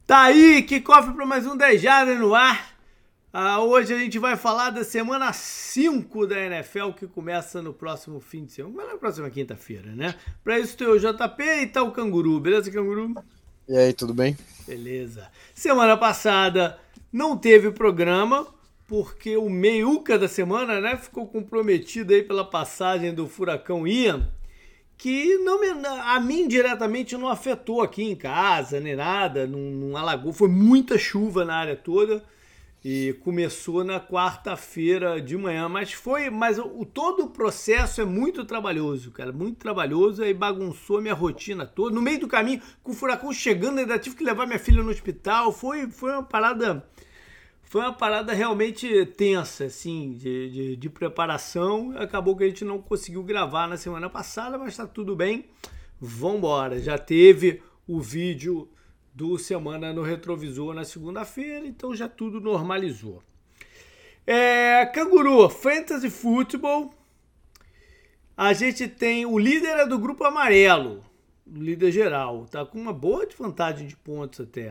Tá aí, que cofre para mais um 10 Jardas no ar. Hoje a gente vai falar da semana 5 da NFL, que começa no próximo fim de semana, na próxima quinta-feira, né? Para isso tem o JP e tá o Canguru, beleza, Canguru? E aí, tudo bem? Beleza. Semana passada não teve programa, porque o meiuca da semana, né, ficou comprometido aí pela passagem do furacão Ian, que a mim diretamente não afetou aqui em casa, nem nada, não alagou, foi muita chuva na área toda e começou na quarta-feira de manhã, mas todo o processo é muito trabalhoso, cara, muito trabalhoso, aí bagunçou minha rotina toda, no meio do caminho, com o furacão chegando, ainda tive que levar minha filha no hospital, foi uma parada realmente tensa, assim, de preparação. Acabou que a gente não conseguiu gravar na semana passada, mas tá tudo bem. Vambora. Já teve o vídeo do Semana no Retrovisor na segunda-feira, então já tudo normalizou. Canguru, Fantasy Football. A gente tem o líder do grupo amarelo, o líder geral. Tá com uma boa vantagem de pontos até.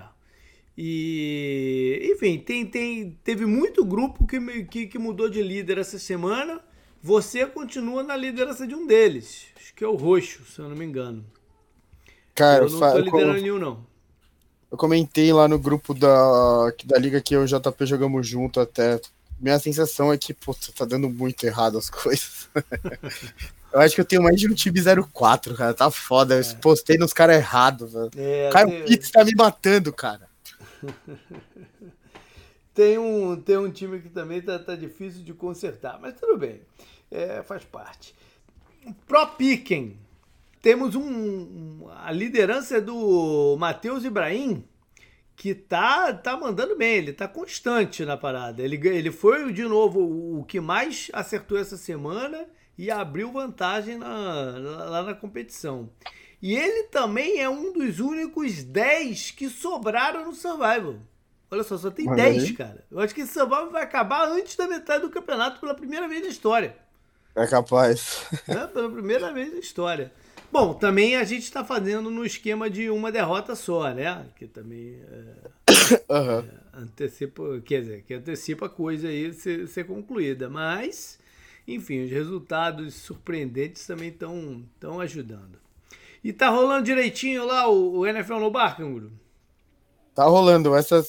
E, enfim, teve muito grupo que mudou de líder essa semana. Você continua na liderança de um deles. Acho que é o Roxo, se eu não me engano. Cara, eu não tô liderando nenhum, não. Eu comentei lá no grupo da liga que eu e o JP jogamos junto até. Minha sensação é que, puta, tá dando muito errado as coisas. Eu acho que eu tenho mais de um time 04, cara. Tá foda. Eu postei nos caras errados, velho. Caio Pitts tá me matando, cara. Tem um time que também tá difícil de consertar, mas tudo bem, faz parte. Pro Picken, temos a liderança do Matheus Ibrahim, que tá mandando bem, ele tá constante na parada. Ele foi de novo o que mais acertou essa semana e abriu vantagem lá na competição. E ele também é um dos únicos 10 que sobraram no Survival. Olha só tem 10, cara. Eu acho que esse Survival vai acabar antes da metade do campeonato pela primeira vez na história. É capaz. Pela primeira vez na história. Bom, também a gente tá fazendo no esquema de uma derrota só, né? Que também antecipa, quer dizer, que antecipa a coisa aí ser concluída. Mas, enfim, os resultados surpreendentes também estão ajudando. E tá rolando direitinho lá o NFL no bar, Canguru? Tá rolando.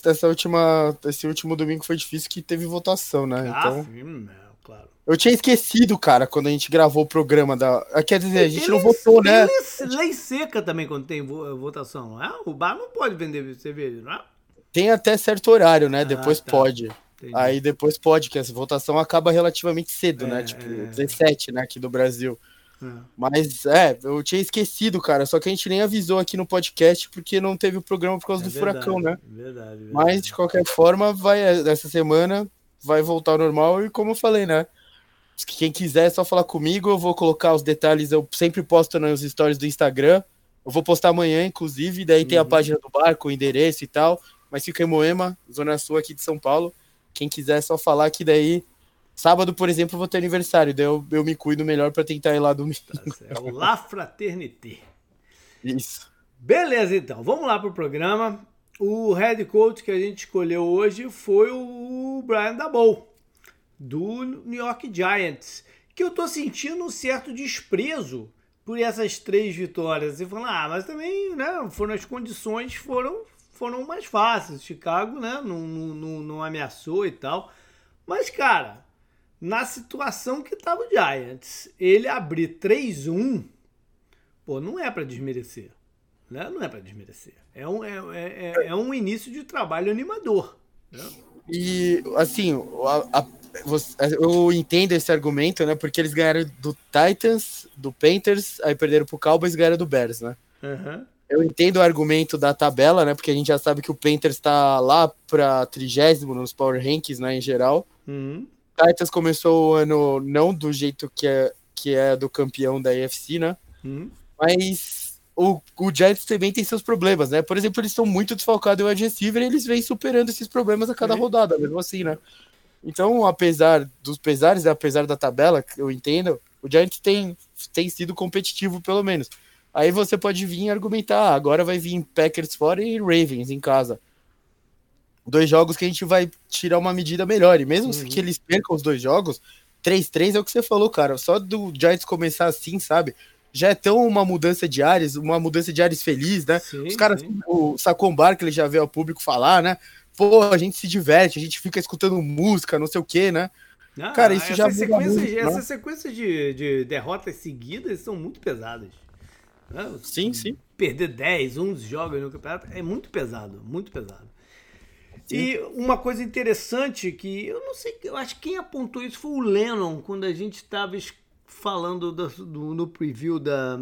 Esse último domingo foi difícil que teve votação, né? Então, claro. Eu tinha esquecido, cara, quando a gente gravou o programa da... Quer dizer, a gente não votou, né? Lei seca também quando tem votação, não é? O bar não pode vender cerveja, não é? Tem até certo horário, né? Depois tá. pode. Entendi. Aí depois pode, que essa votação acaba relativamente cedo, né? Tipo, 17, né? Aqui do Brasil. Mas, eu tinha esquecido, cara. Só que a gente nem avisou aqui no podcast porque não teve o programa por causa do furacão, né? Verdade. Mas, de qualquer forma, essa semana vai voltar ao normal. E como eu falei, né? Quem quiser é só falar comigo. Eu vou colocar os detalhes. Eu sempre posto nos stories do Instagram. Eu vou postar amanhã, inclusive. Daí tem a página do bar com o endereço e tal. Mas fica em Moema, Zona Sul aqui de São Paulo. Quem quiser é só falar que daí... Sábado, por exemplo, eu vou ter aniversário, daí eu me cuido melhor pra tentar ir lá domingo. É o La Fraternité. Isso. Beleza, então. Vamos lá pro programa. O head coach que a gente escolheu hoje foi o Brian Daboll, do New York Giants, que eu tô sentindo um certo desprezo por essas 3 vitórias. E falando, mas também, né, as condições foram mais fáceis. Chicago, né, não ameaçou e tal. Mas, cara... Na situação que tava o Giants, ele abrir 3-1, não é para desmerecer. Né? Não é para desmerecer. É um início de trabalho animador. Né? E, assim, eu entendo esse argumento, né? Porque eles ganharam do Titans, do Panthers, aí perderam pro Cowboys e ganharam do Bears, né? Eu entendo o argumento da tabela, né? Porque a gente já sabe que o Panthers tá lá pra 30º nos Power Rankings, né? Em geral. Titans começou o ano não do jeito que é do campeão da AFC, né? Mas o Giants também tem seus problemas, né? Por exemplo, eles estão muito desfalcados em wide receiver e eles vêm superando esses problemas a cada rodada, mesmo assim, né? Então, apesar dos pesares, apesar da tabela, que eu entendo, o Giants tem sido competitivo, pelo menos. Aí você pode vir argumentar, agora vai vir Packers fora e Ravens em casa. 2 jogos que a gente vai tirar uma medida melhor. E mesmo que eles percam os 2 jogos, 3-3 é o que você falou, cara. Só do Giants começar assim, sabe? Já é tão uma mudança de ares feliz, né? Sim, os caras, o Saquon Barkley já veio ao público falar, né? Pô, a gente se diverte, a gente fica escutando música, não sei o quê, né? Cara, isso já muda muito, né? Essas sequências de derrotas seguidas são muito pesadas. Né? Sim. Perder 10, 11 jogos no campeonato é muito pesado, muito pesado. Sim. E uma coisa interessante que eu não sei, eu acho que quem apontou isso foi o Lennon, quando a gente estava falando no preview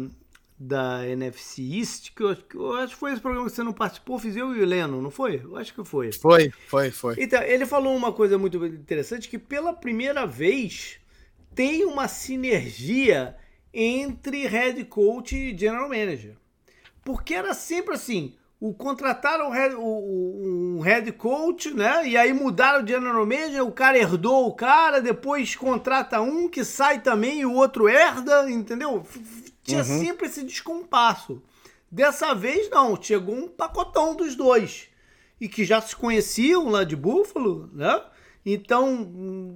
da NFC East, que eu acho que foi esse programa que você não participou, fiz eu e o Lennon, não foi? Eu acho que foi. Foi. Então, ele falou uma coisa muito interessante, que pela primeira vez tem uma sinergia entre head coach e general manager. Porque era sempre assim, contrataram um head coach, né? E aí mudaram o general manager, o cara herdou o cara, depois contrata um que sai também e o outro herda, entendeu? Tinha sempre esse descompasso. Dessa vez, não. Chegou um pacotão dos dois. E que já se conheciam lá de Buffalo, né? Então,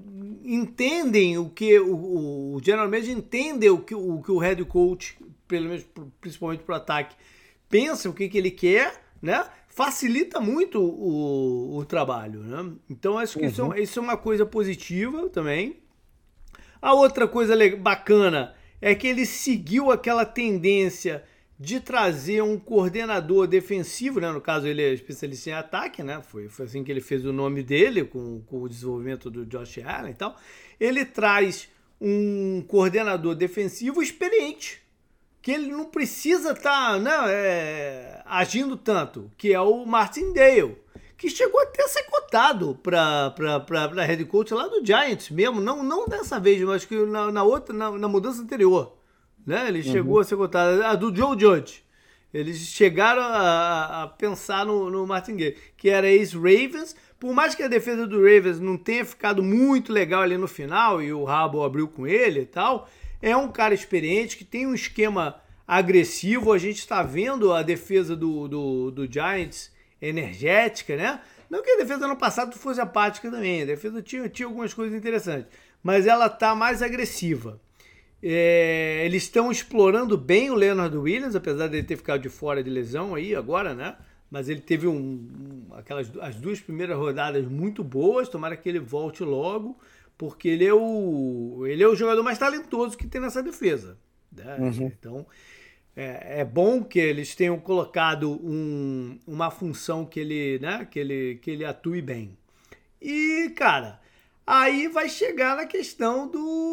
entendem o que o general manager entende o que o head coach, pelo menos, principalmente para o ataque, pensa, o que ele quer, né? Facilita muito o trabalho, né? Então, acho que isso é uma coisa positiva também. A outra coisa bacana é que ele seguiu aquela tendência de trazer um coordenador defensivo, né? No caso, ele é especialista em ataque, né? Foi assim que ele fez o nome dele, com o desenvolvimento do Josh Allen e tal. Ele traz um coordenador defensivo experiente, que ele não precisa estar agindo tanto, que é o Martindale, que chegou até a ser cotado para head coach lá do Giants mesmo, não dessa vez, mas que na mudança anterior, né? Ele chegou a ser cotado, a do Joe Judge. Eles chegaram a pensar no Martindale, que era ex-Ravens. Por mais que a defesa do Ravens não tenha ficado muito legal ali no final, e o Harbaugh abriu com ele e tal, é um cara experiente, que tem um esquema agressivo. A gente está vendo a defesa do Giants energética, né? Não que a defesa ano passado fosse apática também, a defesa tinha algumas coisas interessantes, mas ela está mais agressiva. Eles estão explorando bem o Leonard Williams, apesar de ele ter ficado de fora de lesão aí agora, né? Mas ele teve as 2 primeiras rodadas muito boas, tomara que ele volte logo, porque ele é o jogador mais talentoso que tem nessa defesa, né? Então, é bom que eles tenham colocado uma função que ele atue bem. E, cara, aí vai chegar na questão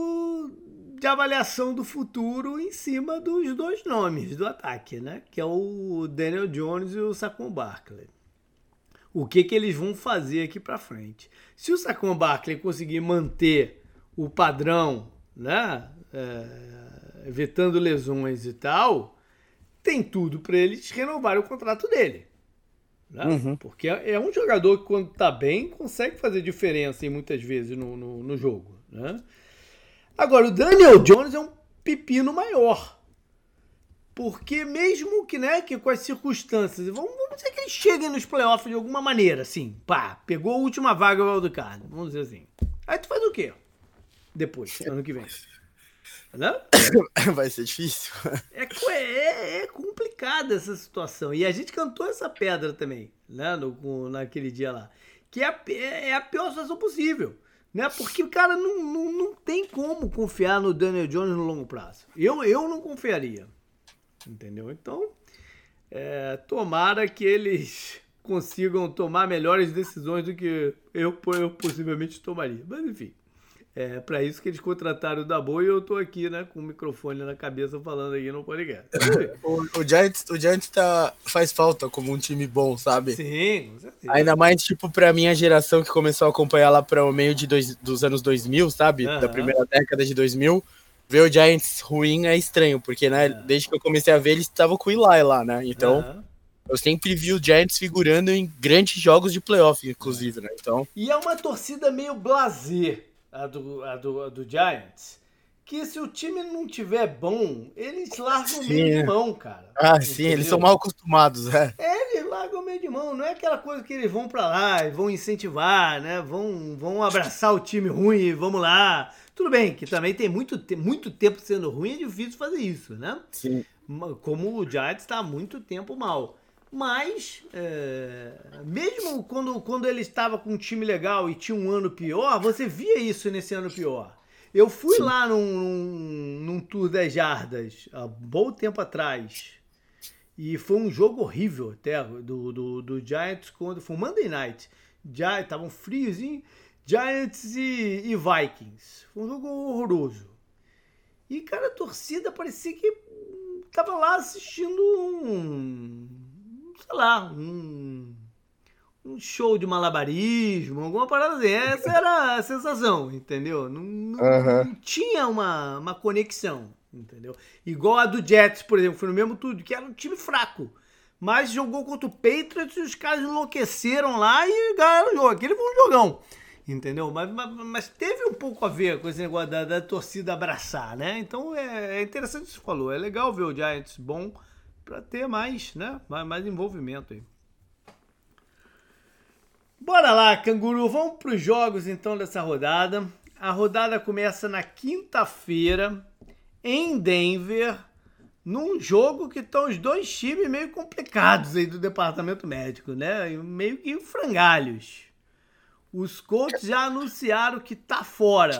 de avaliação do futuro em cima dos 2 nomes do ataque, né? Que é o Daniel Jones e o Saquon Barkley. O que eles vão fazer aqui para frente? Se o Saquon Barkley conseguir manter o padrão, né? Evitando lesões e tal, tem tudo para eles renovarem o contrato dele. Né? Porque é um jogador que, quando tá bem, consegue fazer diferença muitas vezes no jogo. Né? Agora, o Daniel Jones é um pepino maior. Porque mesmo que com as circunstâncias, vamos dizer que ele chegue nos playoffs de alguma maneira, assim, pegou a última vaga do wildcard, vamos dizer assim. Aí tu faz o quê? Depois, ano que vem. Né? Vai ser difícil. É complicada essa situação. E a gente cantou essa pedra também, né? Naquele dia lá. Que é a pior situação possível. Né? Porque o cara não tem como confiar no Daniel Jones no longo prazo. Eu não confiaria. Entendeu? Então, tomara que eles consigam tomar melhores decisões do que eu possivelmente tomaria. Mas enfim, é para isso que eles contrataram o Dabo, e eu tô aqui, né, com o microfone na cabeça falando aí no podcast. O Giants faz falta como um time bom, sabe? Sim, com certeza. Ainda mais, tipo, pra minha geração que começou a acompanhar lá para o meio dos anos 2000, sabe? Da primeira década de 2000. Ver o Giants ruim é estranho, porque, né, desde que eu comecei a ver, eles estavam com o Eli lá, né? Então, eu sempre vi o Giants figurando em grandes jogos de playoff, inclusive, né? Então... E é uma torcida meio blasé, a do Giants, que se o time não tiver bom, eles largam meio de mão, cara. Sim, eles são mal acostumados, eles largam meio de mão. Não é aquela coisa que eles vão pra lá e vão incentivar, né? Vão abraçar o time ruim e vamos lá. Tudo bem, que também tem muito tempo sendo ruim, é difícil fazer isso, né? Sim. Como o Giants está há muito tempo mal. Mas, mesmo quando ele estava com um time legal e tinha um ano pior, você via isso nesse ano pior. Eu fui lá num Tour das Jardas há bom tempo atrás. E foi um jogo horrível até, do Giants, quando foi um Monday Night. Estavam friozinho, Giants e Vikings. Foi um jogo horroroso. E, cara, a torcida parecia que tava lá assistindo um show de malabarismo, alguma parada assim. Essa era a sensação, entendeu? Não tinha uma conexão, entendeu? Igual a do Jets, por exemplo, foi no mesmo tudo, que era um time fraco. Mas jogou contra o Patriots e os caras enlouqueceram lá e ganharam o jogo. Aquele foi um jogão, entendeu? Mas teve um pouco a ver com esse negócio da torcida abraçar, né? Então é interessante o que você falou. É legal ver o Giants bom para ter mais, né? Mais envolvimento aí. Bora lá, canguru. Vamos para os jogos então dessa rodada. A rodada começa na quinta-feira em Denver, num jogo que estão os dois times meio complicados aí do departamento médico, né? Meio que frangalhos. Os Colts já anunciaram que tá fora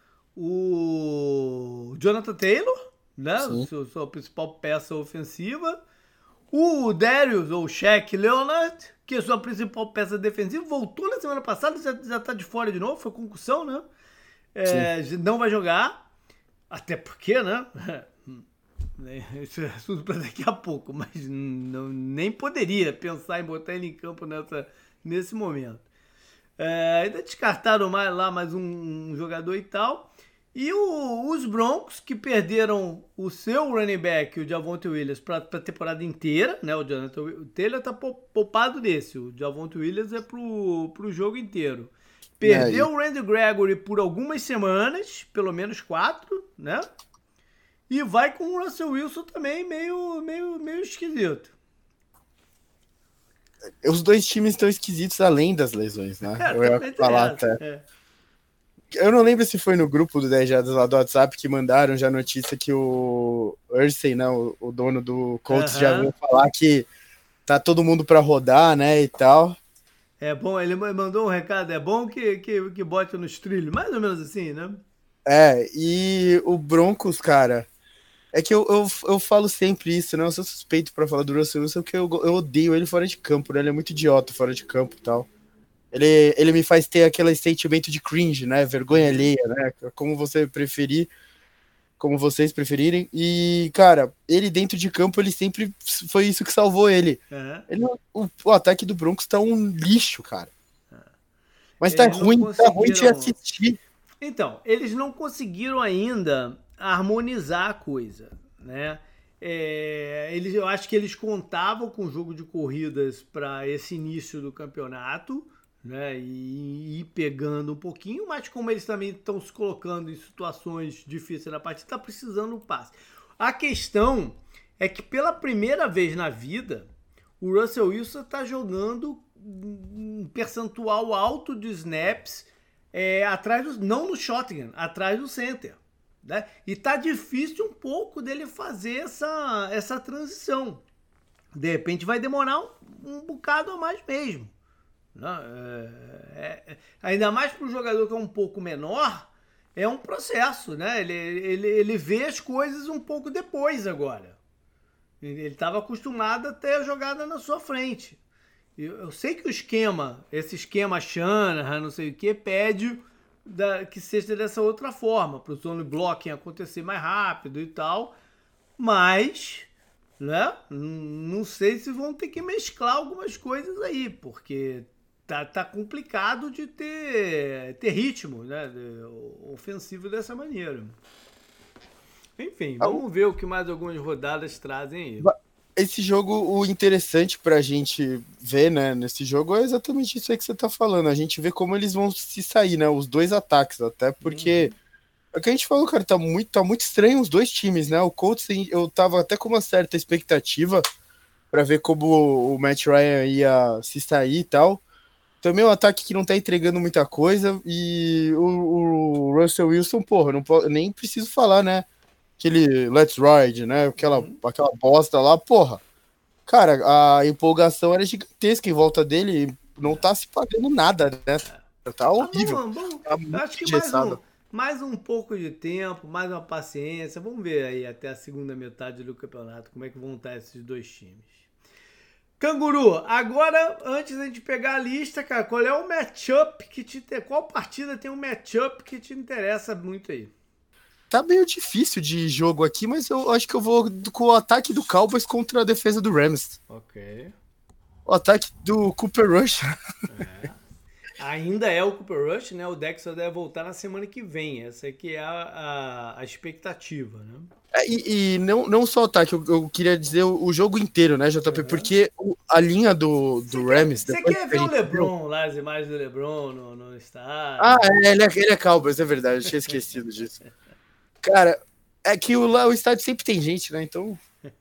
o Jonathan Taylor, né? Sua principal peça ofensiva. O Darius, ou Shaq Leonard, que é sua principal peça defensiva, voltou na semana passada, já tá de fora de novo, foi concussão, né? Não vai jogar, até porque, né? Isso é assunto para daqui a pouco, mas nem poderia pensar em botar ele em campo nesse momento. Ainda descartaram mais um jogador e tal. E os Broncos, que perderam o seu running back, o Javonte Williams, para a temporada inteira, né? O Jonathan Taylor tá poupado desse. O Javonte Williams é pro jogo inteiro. Perdeu o Randy Gregory por algumas semanas, pelo menos 4, né? E vai com o Russell Wilson também meio esquisito. Os dois times estão esquisitos além das lesões, né? Eu ia falar até. Eu não lembro se foi no grupo do 10 Jardas lá do WhatsApp que mandaram já a notícia que o Irsay, né, o dono do Colts, já veio falar que tá todo mundo para rodar, né, e tal. É bom, ele mandou um recado, é bom que bote nos trilhos, mais ou menos assim, né? E o Broncos, cara, é que eu falo sempre isso, né, eu sou suspeito para falar do Russell Wilson porque eu odeio ele fora de campo, né, ele é muito idiota fora de campo e tal. Ele me faz ter aquele sentimento de cringe, né? Vergonha alheia, né? Como vocês preferirem. E, cara, ele dentro de campo, ele sempre foi isso que salvou ele. O ataque do Broncos tá um lixo, cara. Mas tá ruim de assistir. Então, eles não conseguiram ainda harmonizar a coisa, né? Eu acho que eles contavam com o jogo de corridas para esse início do campeonato, né, e ir pegando um pouquinho, mas como eles também estão se colocando em situações difíceis na partida, está precisando do passe. A questão é que pela primeira vez na vida, o Russell Wilson está jogando um percentual alto de snaps não no shotgun, atrás do center, né? E tá difícil um pouco dele fazer essa transição. De repente vai demorar um bocado a mais mesmo. Ainda mais para um jogador que é um pouco menor, é um processo, né? Ele vê as coisas um pouco depois agora. Ele estava acostumado a ter a jogada na sua frente. Eu sei que esse esquema Shanahan, não sei o que, pede que seja dessa outra forma, para o zone blocking acontecer mais rápido e tal, mas, né? Não sei se vão ter que mesclar algumas coisas aí, porque tá complicado de ter ritmo, né, ofensivo dessa maneira. Enfim, vamos ver o que mais algumas rodadas trazem aí. Esse jogo, o interessante pra gente ver, né, nesse jogo é exatamente isso aí que você tá falando. A gente vê como eles vão se sair, né, os dois ataques, até porque é o que a gente falou, cara, tá muito estranho os dois times, né, o Colts, eu tava até com uma certa expectativa para ver como o Matt Ryan ia se sair e tal. Também é um ataque que não tá entregando muita coisa. E o Russell Wilson, porra, nem preciso falar, né? Aquele Let's Ride, né? Aquela bosta lá, porra. Cara, a empolgação era gigantesca em volta dele e não tá se pagando nada, né? Tá horrível. Bom. Tá Eu acho que mais um pouco de tempo, mais uma paciência. Vamos ver aí até a segunda metade do campeonato como é que vão estar esses dois times. Canguru, agora, antes da gente pegar a lista, cara, qual é o matchup qual partida tem um matchup que te interessa muito aí? Tá meio difícil de jogo aqui, mas eu acho que eu vou com o ataque do Cowboys contra a defesa do Rams. Ok. O ataque do Cooper Rush. Ainda é o Cooper Rush, né? O Dexter deve voltar na semana que vem. Essa aqui é a expectativa, né? E não só o ataque, eu queria dizer o jogo inteiro, né, JP? Porque a linha do Rams... Você quer ver o LeBron lá, as imagens do LeBron no estádio? Ah, ele é Cowboys, é verdade, eu tinha esquecido disso. Cara, é que o estádio sempre tem gente, né? Então...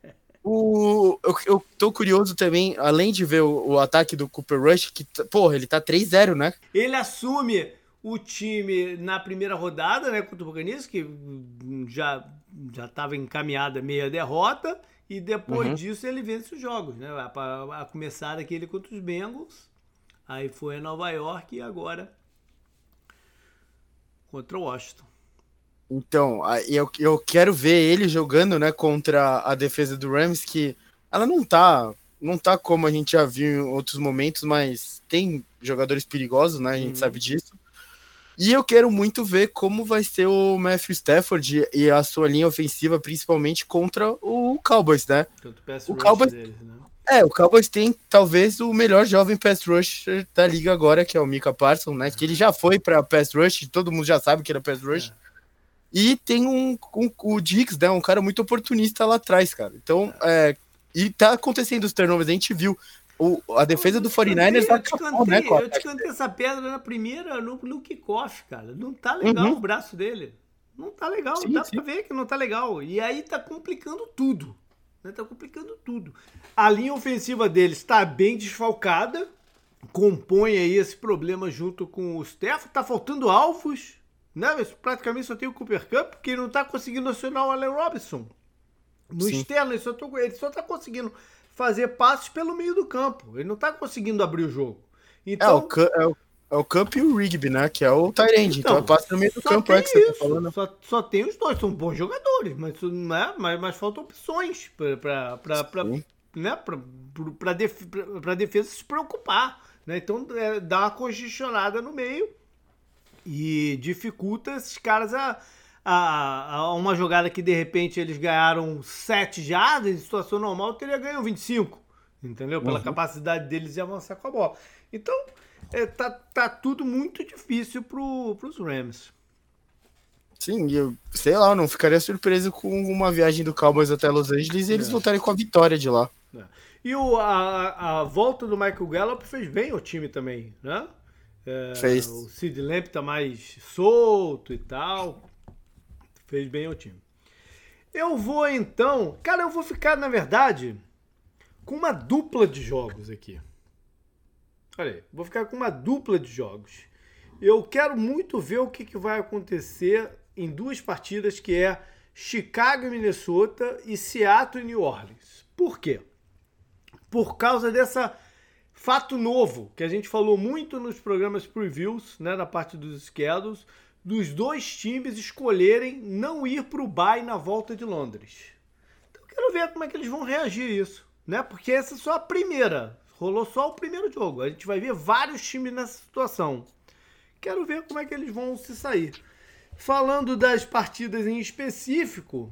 Eu tô curioso também, além de ver o ataque do Cooper Rush, que, porra, ele tá 3-0, né? Ele assume o time na primeira rodada, né, contra o Buccaneers, que já tava encaminhada meia derrota, e depois disso ele vence os jogos, né? A começar daquele contra os Bengals, aí foi a Nova York e agora contra o Washington. Então, eu quero ver ele jogando, né, contra a defesa do Rams, que ela não tá como a gente já viu em outros momentos, mas tem jogadores perigosos, né, a gente sabe disso. E eu quero muito ver como vai ser o Matthew Stafford e a sua linha ofensiva, principalmente contra o Cowboys, né? O Cowboys deles, né? O Cowboys tem talvez o melhor jovem pass rusher da liga agora, que é o Micah Parsons, né, que ele já foi para pass rush, todo mundo já sabe que ele é pass rush. E tem o Diggs, né? Um cara muito oportunista lá atrás, cara. Então, e tá acontecendo os turnovers. A gente viu a defesa do 49ers acabou, né? Eu te cantei essa pedra na primeira, no kickoff, cara. Não tá legal o braço dele. Não tá legal, dá pra ver que não tá legal. E aí tá complicando tudo. Né? Tá complicando tudo. A linha ofensiva deles tá bem desfalcada. Compõe aí esse problema junto com o Stafford. Tá faltando alvos. Né? Praticamente só tem o Cooper Kupp, porque ele não tá conseguindo acionar o Allen Robinson. No externo, ele só tá conseguindo fazer passes pelo meio do campo. Ele não tá conseguindo abrir o jogo. Então, o Kupp e o Rigby, né? Que é o tight end. Então passa no meio do campo, que você tá falando. Só tem os dois, são bons jogadores, mas faltam opções pra defesa se preocupar. Né? Então dá uma congestionada no meio e dificulta esses caras a uma jogada que de repente eles ganharam 7 jardas, em situação normal teria ganho 25, entendeu? Pela capacidade deles de avançar com a bola. Então, tá tudo muito difícil pros Rams. Sim, eu sei lá, eu não ficaria surpreso com uma viagem do Cowboys até Los Angeles e eles voltarem com a vitória de lá. E a volta do Michael Gallup fez bem ao time também, né? Fez. O Sid Lamb tá mais solto e tal. Fez bem ao time. Eu vou então... Cara, eu vou ficar, na verdade, com uma dupla de jogos aqui. Olha aí, vou ficar com uma dupla de jogos. Eu quero muito ver o que vai acontecer em 2 partidas, que é Chicago e Minnesota e Seattle e New Orleans. Por quê? Por causa dessa fato novo, que a gente falou muito nos programas previews, né, na parte dos schedules, dos 2 times escolherem não ir para o bye na volta de Londres. Então eu quero ver como é que eles vão reagir a isso, né? Porque essa é só a primeira, rolou só o primeiro jogo. A gente vai ver vários times nessa situação. Quero ver como é que eles vão se sair. Falando das partidas em específico,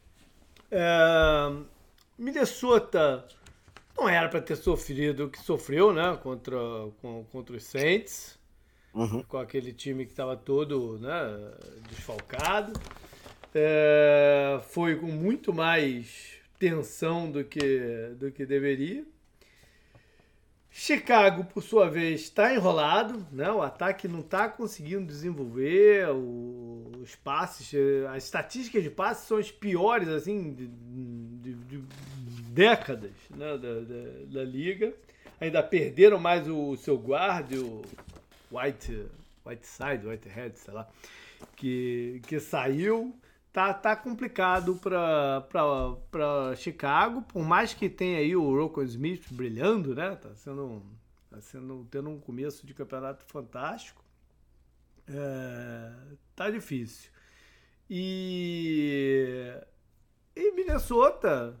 Minnesota não era para ter sofrido o que sofreu, né, contra os Saints, com aquele time que estava todo, né, desfalcado. Foi com muito mais tensão do que deveria. Chicago, por sua vez, está enrolado, né? O ataque não está conseguindo desenvolver os passes. As estatísticas de passes são as piores, assim, décadas, né, da liga. Ainda perderam mais o seu guarda, o Whitehead, sei lá, que saiu. Tá complicado para Chicago, por mais que tenha aí o Rocco Smith brilhando, né? Tendo um começo de campeonato fantástico. Tá difícil. E Minnesota,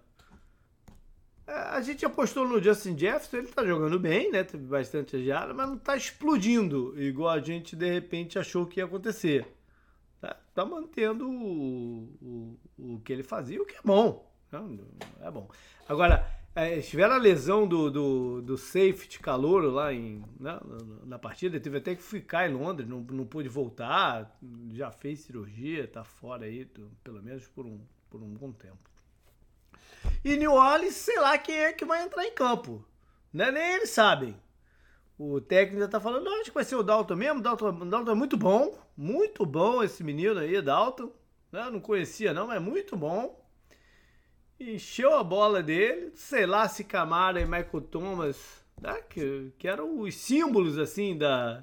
a gente apostou no Justin Jefferson, ele tá jogando bem, né? Teve bastante agiada, mas não tá explodindo, igual a gente de repente achou que ia acontecer. Tá mantendo o que ele fazia, o que é bom. É bom. Agora, tiveram a lesão do safety calouro lá na partida, ele teve até que ficar em Londres, não pôde voltar, já fez cirurgia, tá fora aí, pelo menos por um bom tempo. E New Orleans, sei lá quem é que vai entrar em campo. Né? Nem eles sabem. O técnico já tá falando, não, acho que vai ser o Dalton mesmo. Dalton é muito bom esse menino aí, Dalton. Não conhecia não, mas é muito bom. Encheu a bola dele, sei lá se Camara e Michael Thomas, né, que eram os símbolos assim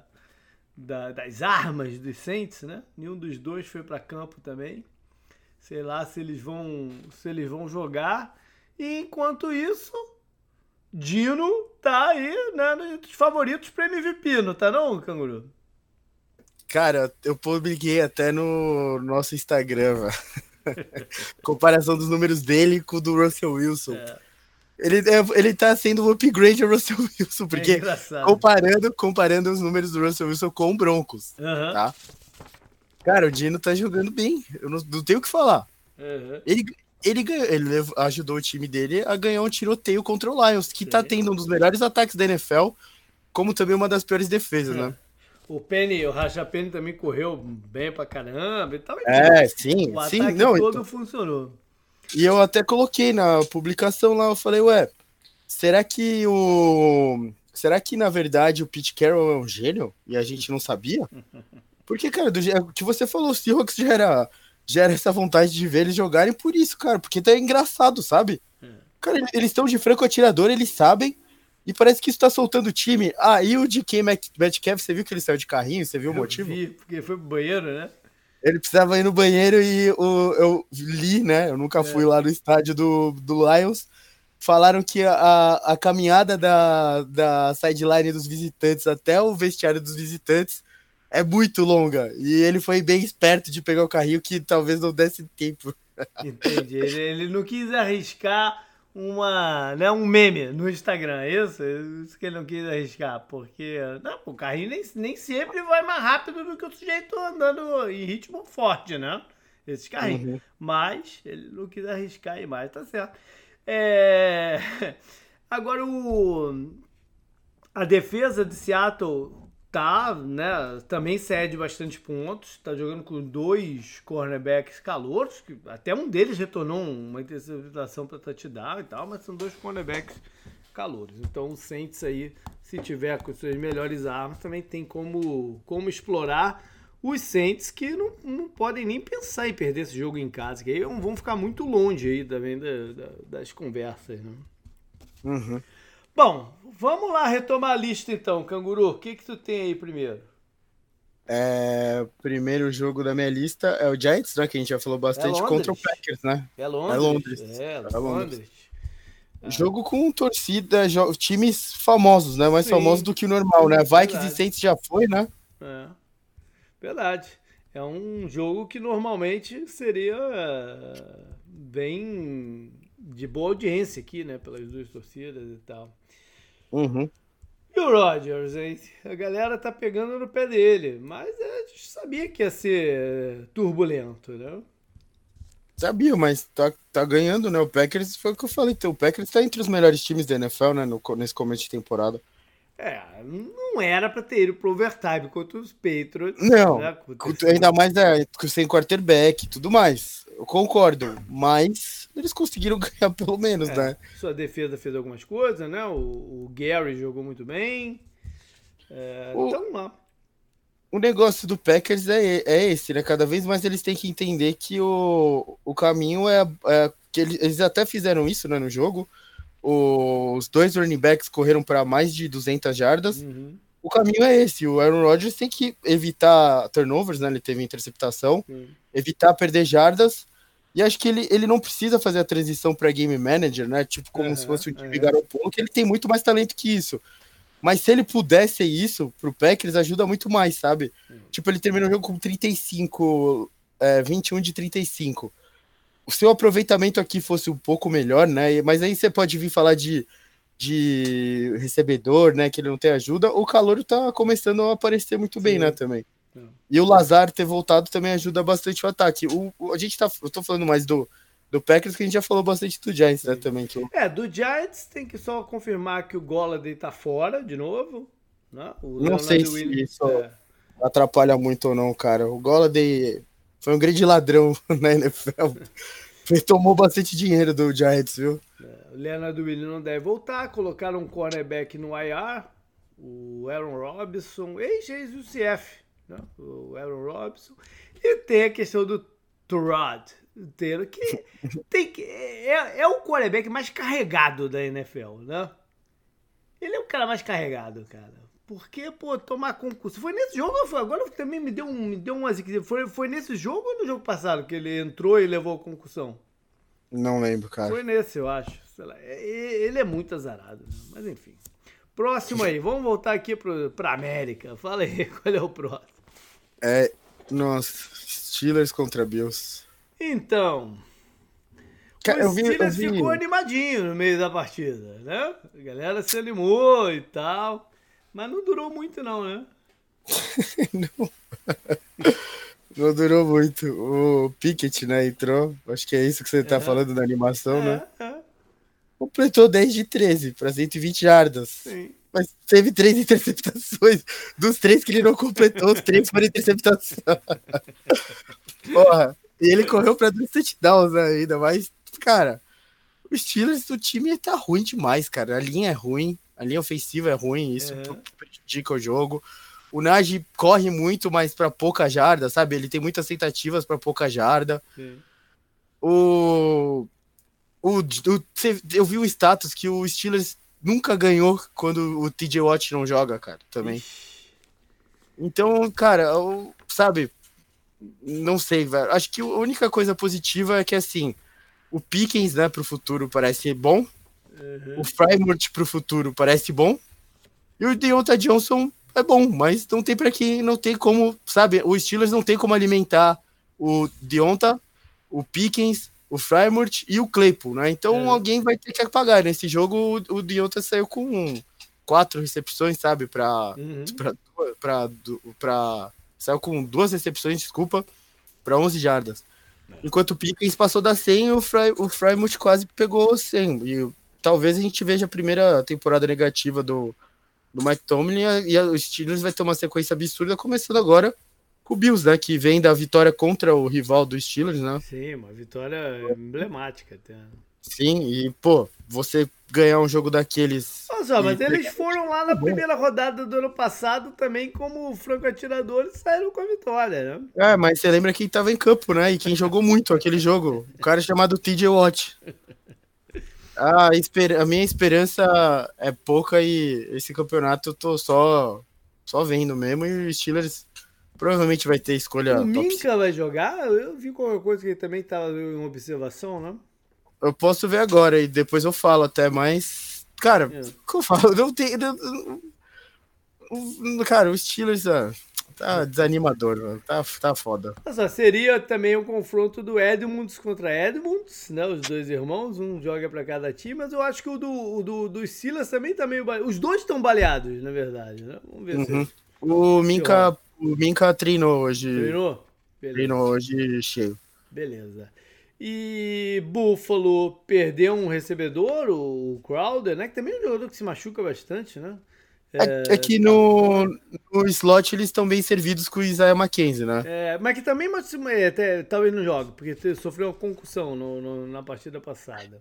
das armas dos Saints, né? Nenhum dos dois foi para campo também. Sei lá se eles vão jogar. E enquanto isso, Dino tá aí, né, dos favoritos para MVP, não tá não, Canguru? Cara, eu publiquei até no nosso Instagram, velho. Comparação dos números dele com o do Russell Wilson. Ele tá sendo um upgrade ao Russell Wilson, porque comparando os números do Russell Wilson com o Broncos, tá? Cara, o Dino tá jogando bem, eu não tenho o que falar. Ele ajudou o time dele a ganhar um tiroteio contra o Lions, que tá tendo um dos melhores ataques da NFL, como também uma das piores defesas, né? O Rasha Penny também correu bem pra caramba e tal. Sim. O ataque todo funcionou. E eu até coloquei na publicação lá, eu falei, será que na verdade o Pete Carroll é um gênio e a gente não sabia? Porque, cara, do que você falou, o Seahawks já era essa vontade de ver eles jogarem por isso, cara, porque tá engraçado, sabe? Cara, eles estão de franco atirador, eles sabem, e parece que isso tá soltando o time. E o DK Metcalf, você viu que ele saiu de carrinho? Você viu o motivo? Vi, porque foi pro banheiro, né? Ele precisava ir no banheiro e eu li, né? Eu nunca fui lá no estádio do Lions. Falaram que a caminhada da sideline dos visitantes até o vestiário dos visitantes é muito longa. E ele foi bem esperto de pegar o carrinho que talvez não desse tempo. Entendi. Ele não quis arriscar um meme no Instagram, é isso? Isso que ele não quis arriscar, porque o carrinho nem sempre vai mais rápido do que o sujeito andando em ritmo forte, né? Esses carrinhos. Mas ele não quis arriscar ir mais, tá certo. Agora a defesa de Seattle né, também cede bastante pontos, tá jogando com 2 cornerbacks calouros, que até um deles retornou uma interceptação para touchdown e tal, mas são 2 cornerbacks calouros. Então o Saints aí, se tiver com suas melhores armas, também tem como explorar os Saints, que não podem nem pensar em perder esse jogo em casa, que aí vão ficar muito longe aí também das conversas, né? Bom, vamos lá retomar a lista então, Canguru. O que tu tem aí primeiro? Primeiro jogo da minha lista é o Giants, né? Que a gente já falou bastante, contra o Packers, né? É Londres. Londres. Jogo com torcida, times famosos, né? Mais famosos do que o normal, né? Vikings e Saints já foi, né? Verdade. É um jogo que normalmente seria bem de boa audiência aqui, né? Pelas 2 torcidas e tal. E o Rodgers, hein? A galera tá pegando no pé dele, mas a gente sabia que ia ser turbulento, né? Sabia, mas tá ganhando, né? O Packers, foi o que eu falei, o Packers tá entre os melhores times da NFL, né? Nesse começo de temporada. Não era pra ter ido pro overtime contra os Patriots. Não, né? Ainda mais sem quarterback e tudo mais. Eu concordo, mas eles conseguiram ganhar pelo menos, né? Sua defesa fez algumas coisas, né? O Gary jogou muito bem. Então lá. O negócio do Packers é esse, né? Cada vez mais eles têm que entender que o caminho é que eles até fizeram isso, né, no jogo. Os 2 running backs correram para mais de 200 jardas. O caminho é esse. O Aaron Rodgers tem que evitar turnovers, né? Ele teve interceptação, evitar perder jardas. E acho que ele não precisa fazer a transição para game manager, né? Tipo, como se fosse o time Garoppolo, que ele tem muito mais talento que isso. Mas se ele pudesse ser isso, pro Packers ajuda muito mais, sabe? Tipo, ele terminou o jogo com 21 de 35. O seu aproveitamento aqui fosse um pouco melhor, né? Mas aí você pode vir falar de recebedor, né? Que ele não tem ajuda. O Calouro tá começando a aparecer muito bem, né? Também. E o Lazar ter voltado também ajuda bastante o ataque. Eu tô falando mais do Packers, que a gente já falou bastante do Giants, né? Também. Do Giants tem que só confirmar que o Golladay tá fora de novo. Né? Não sei se isso atrapalha muito ou não, cara. O Golladay foi um grande ladrão na NFL. Ele tomou bastante dinheiro do Giants, viu? O Leonard Williams não deve voltar. Colocaram um cornerback no IR. O Aaron Robinson, ex-UCF. Né? O Aaron Robinson. E tem a questão do Tyrod Taylor, que é o quarterback mais carregado da NFL, né? Ele é o cara mais carregado, cara. Porque, tomar concurso. Foi nesse jogo ou foi? Agora também me deu umas. Foi nesse jogo ou no jogo passado que ele entrou e levou a concussão? Não lembro, cara. Foi nesse, eu acho. Sei lá. Ele é muito azarado. Né? Mas enfim. Próximo aí. Vamos voltar aqui pra América. Fala aí, qual é o próximo? Nossa, Steelers contra Bills. Então. O Steelers ficou animadinho no meio da partida, né? A galera se animou e tal. Mas não durou muito, não, né? Não durou muito. O Pickett, né, entrou. Acho que é isso que você tá falando da animação, né? Completou 10 de 13 para 120 jardas. Sim. Mas teve 3 interceptações. Dos 3 que ele não completou, os 3 foram interceptação. Porra. E ele correu para 2 touchdowns ainda. Mas, cara, o Steelers, o time tá ruim demais, cara. A linha é ruim. A linha ofensiva é ruim. Isso prejudica o jogo. O Najee corre muito, mas para pouca jarda, sabe? Ele tem muitas tentativas para pouca jarda. Eu vi o status que o Steelers nunca ganhou quando o TJ Watt não joga, cara, também. Então, cara, sabe, não sei, velho. Acho que a única coisa positiva é que, assim, o Pickens, né, pro futuro parece bom, o Frymouth pro futuro parece bom, e o Deontay Johnson é bom, mas não tem pra quem, não tem como, sabe, o Steelers não tem como alimentar o Deontay, o Pickens, o Frymouth e o Claypool, né? Então alguém vai ter que apagar. Nesse jogo, o Deontay saiu com 4 recepções, sabe? Saiu com 2 recepções, desculpa, para 11 jardas. Enquanto o Pickens passou da 100, o Frymouth quase pegou 100. E talvez a gente veja a primeira temporada negativa do Mike Tomlin e os Steelers vai ter uma sequência absurda, começando agora com o Bills, né, que vem da vitória contra o rival dos Steelers, né? Sim, uma vitória emblemática até. Sim, e, você ganhar um jogo daqueles... Nossa, mas eles foram lá na primeira rodada do ano passado também como franco-atiradores e saíram com a vitória, né? Mas você lembra quem tava em campo, né? E quem jogou muito aquele jogo? O cara chamado TJ Watt. A minha esperança é pouca e esse campeonato eu tô só vendo mesmo e os Steelers... Provavelmente vai ter escolha. O Minka vai jogar? Eu vi qualquer coisa que ele também estava em observação, né? Eu posso ver agora e depois eu falo até, mas... Cara, como eu falo? Não tem... Cara, o Steelers tá desanimador, mano. Tá foda. Nossa, seria também um confronto do Edmunds contra Edmunds, né? Os dois irmãos, um joga pra cada time, mas eu acho que o do Steelers também tá meio baleado. Os dois estão baleados, na verdade, né? Vamos ver se... O Minka treinou hoje. Treinou? Beleza. Treinou hoje cheio. Beleza. E Buffalo perdeu um recebedor, o Crowder, né? Que também é um jogador que se machuca bastante, né? É que no slot eles estão bem servidos com o Isaiah McKenzie, né? Mas que também talvez não joga, porque sofreu uma concussão na partida passada.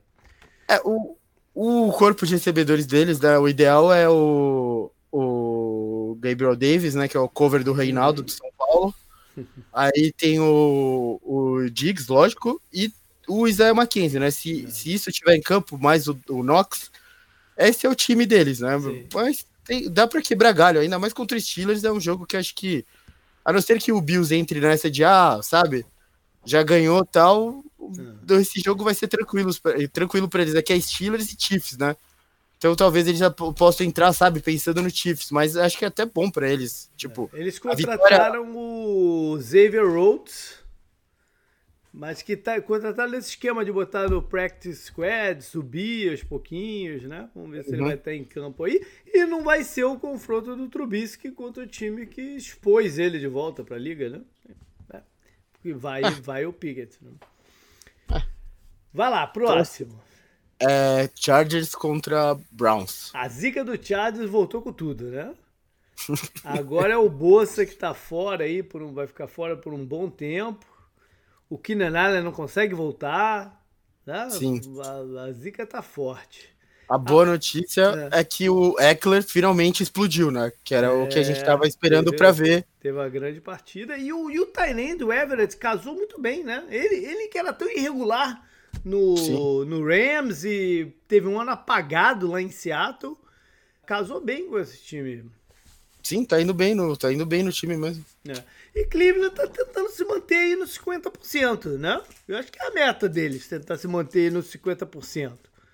O corpo de recebedores deles, né? O ideal é o Gabriel Davis, né, que é o cover do Reinaldo de São Paulo. Aí tem o Diggs, lógico, e o Isaiah McKenzie, né? Se isso tiver em campo, mais o Knox, esse é o time deles, né? Sim. Mas dá pra quebrar galho, ainda mais contra os Steelers, é um jogo que acho que, a não ser que o Bills entre nessa de, sabe, já ganhou tal, esse jogo vai ser tranquilo pra eles, aqui é Steelers e Chiefs, né? Então talvez eles já possam entrar, sabe, pensando no Chiefs, mas acho que é até bom pra eles. Tipo, eles contrataram o Xavier Rhodes, mas que contrataram nesse esquema de botar no practice squad, subir aos pouquinhos, né? Vamos ver se ele vai estar em campo aí. E não vai ser o confronto do Trubisky contra o time que expôs ele de volta pra liga, né? Porque vai o Pickett. Né? Vai lá, próximo. Chargers contra Browns. A zica do Chargers voltou com tudo, né? Agora é o Bosa que tá fora aí, vai ficar fora por um bom tempo. O Keenan Allen não consegue voltar. Né? Sim. A zica tá forte. A boa notícia é que o Eckler finalmente explodiu, né? Que era o que a gente tava esperando pra ver. Teve uma grande partida. E o tight end, o Everett, casou muito bem, né? Ele que era tão irregular no Rams e teve um ano apagado lá em Seattle, casou bem com esse time. Sim, tá indo bem no time mesmo. E Cleveland tá tentando se manter aí nos 50%, né? Eu acho que é a meta deles, tentar se manter aí nos 50%.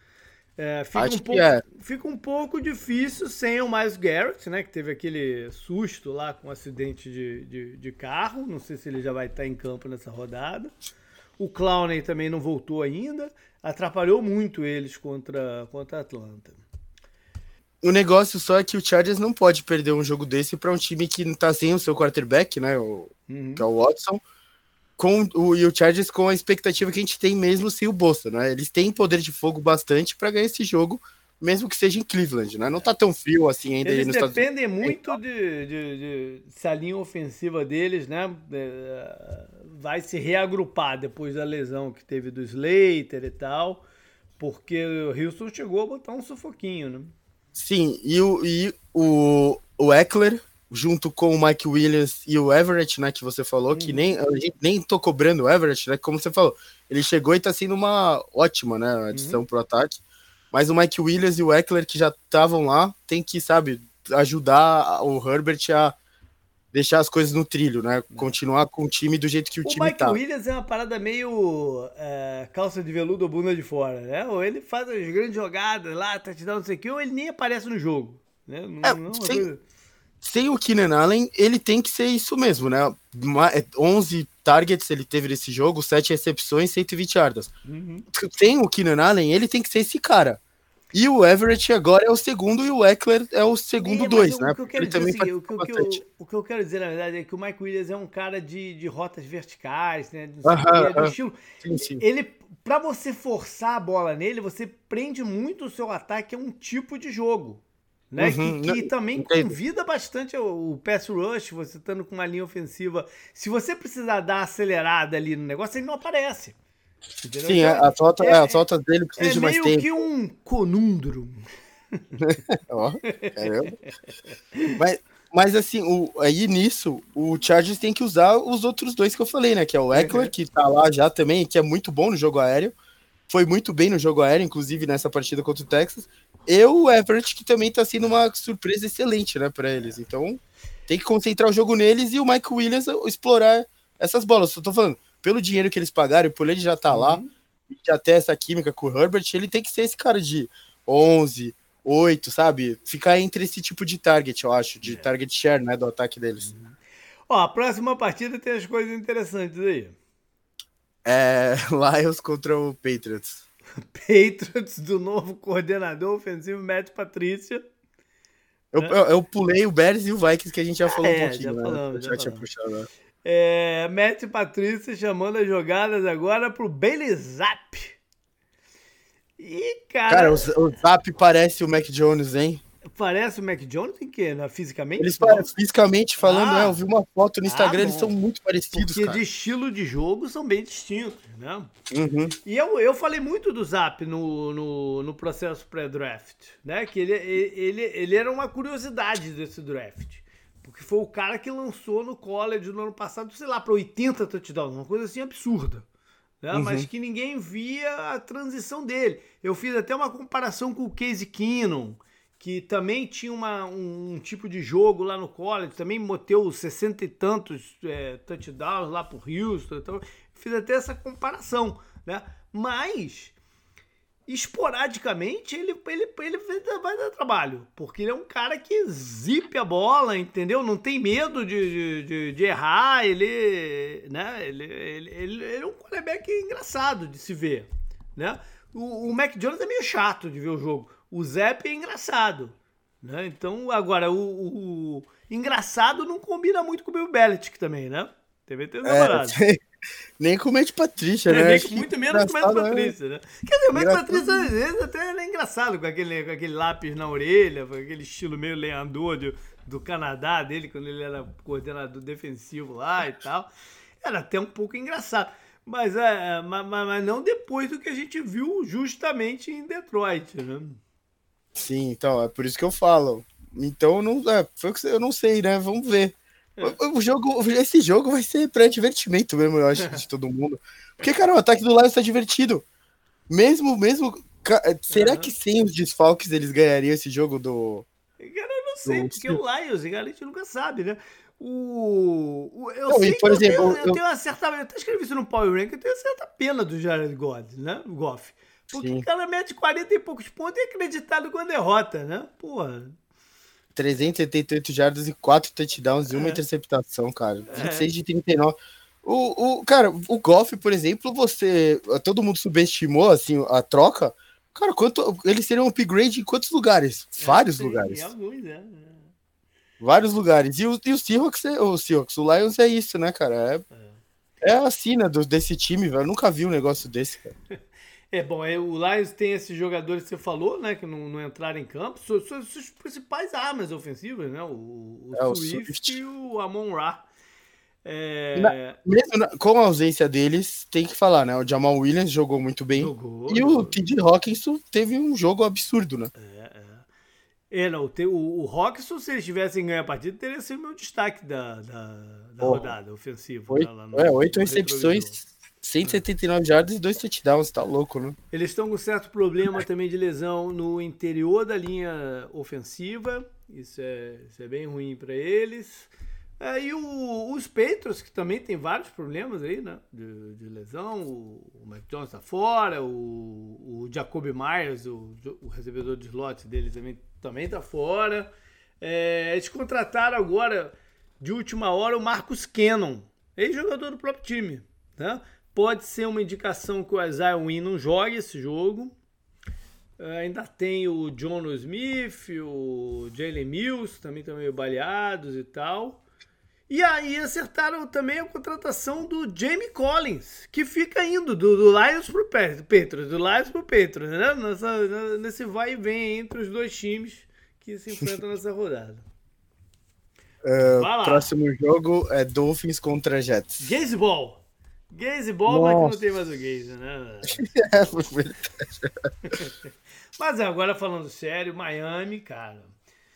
Fica um pouco difícil sem o Myles Garrett, né? Que teve aquele susto lá com um acidente de carro. Não sei se ele já vai estar em campo nessa rodada. O Clowney também não voltou ainda. Atrapalhou muito eles contra a Atlanta. O negócio só é que o Chargers não pode perder um jogo desse para um time que não tá sem o seu quarterback, né? Que é o Watson. E o Chargers com a expectativa que a gente tem mesmo sem o Bosa, né? Eles têm poder de fogo bastante para ganhar esse jogo, mesmo que seja em Cleveland, né? Não tá tão frio assim ainda. Eles dependem muito se a linha ofensiva deles, né? Vai se reagrupar depois da lesão que teve do Slater e tal, porque o Houston chegou a botar um sufoquinho, né? Sim, e o Eckler, junto com o Mike Williams e o Everett, né, que você falou, que a gente nem tô cobrando o Everett, né, como você falou, ele chegou e tá sendo uma ótima, né, adição pro ataque, mas o Mike Williams e o Eckler, que já estavam lá, tem que, sabe, ajudar o Herbert a deixar as coisas no trilho, né, continuar com o time do jeito que o time tá. O Mike Williams é uma parada meio calça de veludo ou bunda de fora, né, ou ele faz as grandes jogadas lá, touchdown, não sei o que, ou ele nem aparece no jogo, né, sem o Keenan Allen, ele tem que ser isso mesmo, né? 11 targets ele teve nesse jogo, 7 recepções, 120 yardas. Sem o Keenan Allen, ele tem que ser esse cara. E o Everett agora é o segundo e o Eckler é o segundo 2, né? O que eu quero dizer, na verdade, é que o Mike Williams é um cara de rotas verticais, né? Do estilo. Sim. Ele, pra você forçar a bola nele, você prende muito o seu ataque a um tipo de jogo. Né? Que também convida bastante o pass rush, você estando com uma linha ofensiva. Se você precisar dar acelerada ali no negócio, ele não aparece. Entendeu? Sim, a falta dele precisa de mais tempo. É meio que um conundrum. Mas assim, aí nisso, o Chargers tem que usar os outros dois que eu falei, né? Que é o Eckler, que tá lá já também, que é muito bom no jogo aéreo. Foi muito bem no jogo aéreo, inclusive nessa partida contra o Texas. E o Everett, que também tá sendo uma surpresa excelente, né, pra eles. Então, tem que concentrar o jogo neles e o Mike Williams explorar essas bolas. Só tô falando, pelo dinheiro que eles pagaram, por ele já tá lá, e já ter essa química com o Herbert, ele tem que ser esse cara de 11, 8, sabe? Ficar entre esse tipo de target, eu acho, de target share, né, do ataque deles. Ó, a próxima partida tem as coisas interessantes aí. Lions contra o Patriots. Patriots do novo coordenador ofensivo Matt Patricia. Eu pulei o Bears e o Vikings, que a gente já falou um pouquinho. Já tinha puxado, né? Matt Patricia chamando as jogadas agora pro Bailey Zapp. E, cara o Zapp parece o Mac Jones, hein? Parece o Mac Jones em quê? Fisicamente? Eles fisicamente falando, eu vi uma foto no Instagram, eles são muito parecidos, porque cara. de estilo de jogo são bem distintos, né? E eu falei muito do Zapp no processo pré-draft, né? Que ele era uma curiosidade desse draft. Porque foi o cara que lançou no college no ano passado, sei lá, para 80 touchdowns, uma coisa assim absurda. né? Mas que ninguém via a transição dele. Eu fiz até uma comparação com o Case Keenum, que também tinha um tipo de jogo lá no college, também meteu 60 e tantos touchdowns lá pro Houston. Então, fiz até essa comparação, né? Mas, esporadicamente, ele vai dar trabalho, porque ele é um cara que zipe a bola, entendeu? Não tem medo de errar, né? Ele é um quarterback engraçado de se ver, né? O Mac Jones é meio chato de ver o jogo. O Zapp é engraçado, né? Então, agora, o engraçado não combina muito com o Bill Belichick também, né? Também tem namorado. Nem com o Matt Patricia, né? Muito menos com o Matt Patricia, né? Quer dizer, o Matt Patricia, às vezes, até é engraçado, com aquele lápis na orelha, com aquele estilo meio leandor do Canadá dele, quando ele era coordenador defensivo lá e tal. Era até um pouco engraçado. Mas não depois do que a gente viu justamente em Detroit, né? Sim, então, é por isso que eu falo. Então, eu não sei, né? Vamos ver. Esse jogo vai ser pra divertimento mesmo, eu acho, de todo mundo. Porque, cara, o ataque do Lions tá divertido. Mesmo. Será que sem os desfalques eles ganhariam esse jogo do. Cara, eu não sei, porque o Lions, a gente nunca sabe, né? Eu tenho uma certa. Eu até escrevi isso no Power Rank, eu tenho uma certa pena do Jared Goff, né? Porque o cara mete 40 e poucos pontos e é acreditado com a derrota, né? Porra. 378 jardas e 4 touchdowns e uma interceptação, cara. 26 de 39. Cara, o Goff, por exemplo, todo mundo subestimou assim, a troca. Cara, ele seria um upgrade em quantos lugares? Vários lugares. Alguns, Vários lugares. E o Seahawks, o Lions é isso, né, cara? É a sina desse time, velho. Eu nunca vi um negócio desse, cara. O Lions tem esses jogadores que você falou, né, que não entraram em campo, suas principais armas ofensivas, né, o Swift e o Amon-Ra. Mesmo com a ausência deles, tem que falar, né, o Jamal Williams jogou muito bem, o T.J. Hawkinson teve um jogo absurdo, né. O Hawkinson, se eles tivessem ganho a partida, teria sido o meu destaque da rodada ofensiva. 8 recepções, 179 jardas e 2 touchdowns, tá louco, né? Eles estão com certo problema também de lesão no interior da linha ofensiva, isso é bem ruim para eles. E os Patriots, que também tem vários problemas aí, né, de lesão, o Mac Jones tá fora, o Jacoby Myers, o recebedor de slot deles também tá fora. Eles contrataram agora, de última hora, o Marcus Cannon, ex-jogador do próprio time, né? Pode ser uma indicação que o Isaiah Wynn não jogue esse jogo. Ainda tem o Jonnu Smith, o Jalen Mills, também estão meio baleados e tal. E aí acertaram também a contratação do Jamie Collins, que fica indo do Lions pro Patriots, né? Nesse vai e vem entre os dois times que se enfrentam nessa rodada. Próximo jogo é Dolphins contra Jets. Gazeball, mas que não tem mais o Gaze, né? Mas agora falando sério, Miami, cara,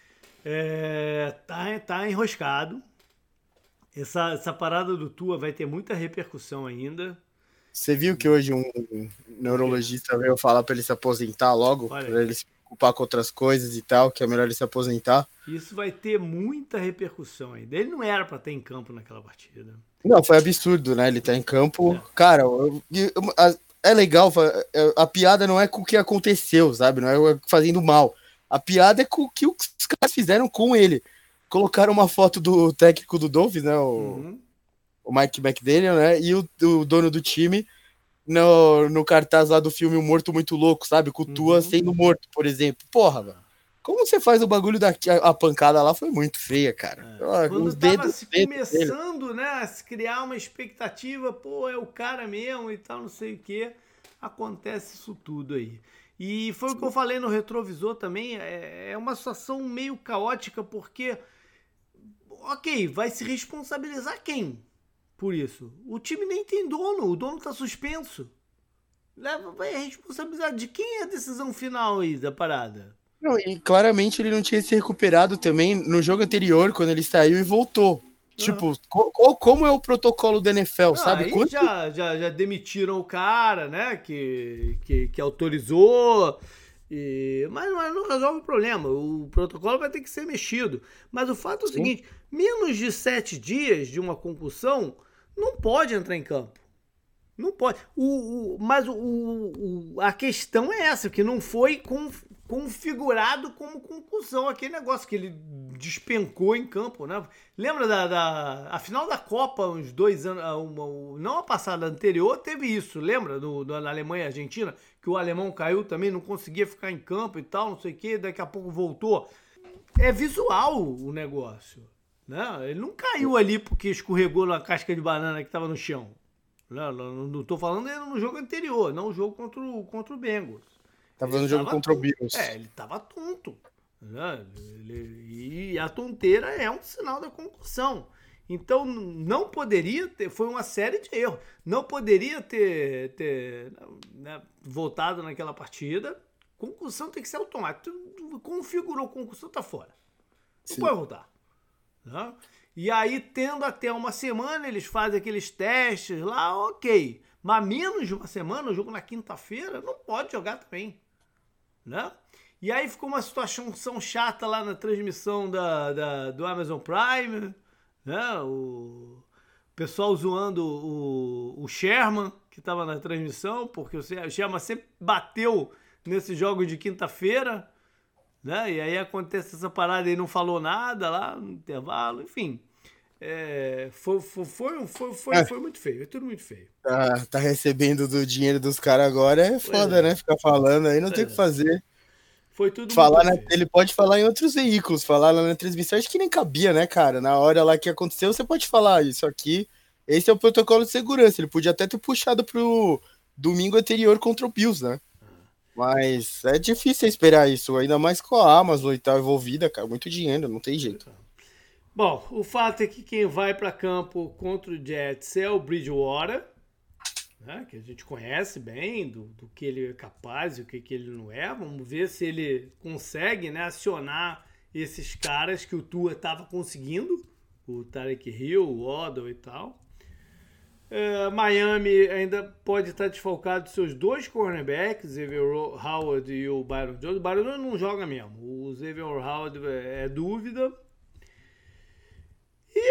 tá enroscado. Essa parada do Tua vai ter muita repercussão ainda. Você viu que hoje um neurologista veio falar para ele se aposentar logo, para ele se preocupar com outras coisas e tal, que é melhor ele se aposentar? Isso vai ter muita repercussão ainda. Ele não era para estar em campo naquela partida. Não, foi absurdo, né? Ele tá em campo. Cara, é legal, a piada não é com o que aconteceu, sabe? Não é fazendo mal. A piada é com o que os caras fizeram com ele. Colocaram uma foto do técnico do Dolphins, né? O Mike McDaniel, né? E o dono do time no cartaz lá do filme O Morto Muito Louco, sabe? Com o Tua sendo morto, por exemplo. Porra, velho. Como você faz o bagulho a pancada lá foi muito feia, cara. Quando tava começando, né, a se criar uma expectativa, pô, é o cara mesmo e tal, não sei o quê. Acontece isso tudo aí. E foi o que eu falei no retrovisor também, é uma situação meio caótica, porque, ok, vai se responsabilizar quem por isso? O time nem tem dono, o dono tá suspenso. Vai responsabilizar de quem é a decisão final aí da parada? Não, e claramente ele não tinha se recuperado também no jogo anterior, quando ele saiu e voltou. Tipo, como é o protocolo da NFL, sabe? Aí já demitiram o cara, né? Que autorizou. Mas não resolve o problema. O protocolo vai ter que ser mexido. Mas o fato é o seguinte: menos de 7 dias de uma concussão não pode entrar em campo. Não pode. Mas a questão é essa, que não foi configurado como concussão, aquele negócio que ele despencou em campo, né? Lembra a final da Copa, uns 2 anos, não a passada, a anterior, teve isso, lembra? Na Alemanha e Argentina, que o alemão caiu também, não conseguia ficar em campo e tal, não sei o que, daqui a pouco voltou. É visual o negócio, né? Ele não caiu ali porque escorregou na casca de banana que estava no chão. Não estou falando no jogo anterior, não o jogo contra o Bengals. Tava no jogo contra o Bills. Ele estava tonto. Né? E a tonteira é um sinal da concussão. Então não poderia ter, foi uma série de erros. Não poderia ter né, voltado naquela partida. Concussão tem que ser automática. Configurou concussão, tá fora. Não pode voltar. Né? E aí, tendo até uma semana, eles fazem aqueles testes lá, ok. Mas menos de uma semana, o jogo na quinta-feira, não pode jogar também. Né? E aí ficou uma situação chata lá na transmissão do Amazon Prime, né? O pessoal zoando o Sherman, que estava na transmissão, porque o Sherman sempre bateu nesses jogos de quinta-feira, né? E aí acontece essa parada e não falou nada lá no intervalo, enfim. Foi muito feio, é tudo muito feio. Tá recebendo do dinheiro dos caras agora, é foda, né? Ficar falando aí, não tem o que fazer. Foi tudo falar muito feio. Ele pode falar em outros veículos, falar lá na transmissão, acho que nem cabia, né, cara? Na hora lá que aconteceu, você pode falar isso aqui. Esse é o protocolo de segurança. Ele podia até ter puxado pro domingo anterior contra o Bills, né? Mas é difícil esperar isso, ainda mais com a Amazon e tal envolvida, cara. Muito dinheiro, não tem jeito. Bom, o fato é que quem vai para campo contra o Jets é o Bridgewater, né, que a gente conhece bem do que ele é capaz e o que ele não é. Vamos ver se ele consegue, né, acionar esses caras que o Tua estava conseguindo, o Tyreek Hill, o Waddle e tal. Miami ainda pode estar desfalcado de seus 2 cornerbacks, Xavier Howard e o Byron Jones. O Byron Jones não joga mesmo, o Xavier Howard é dúvida. E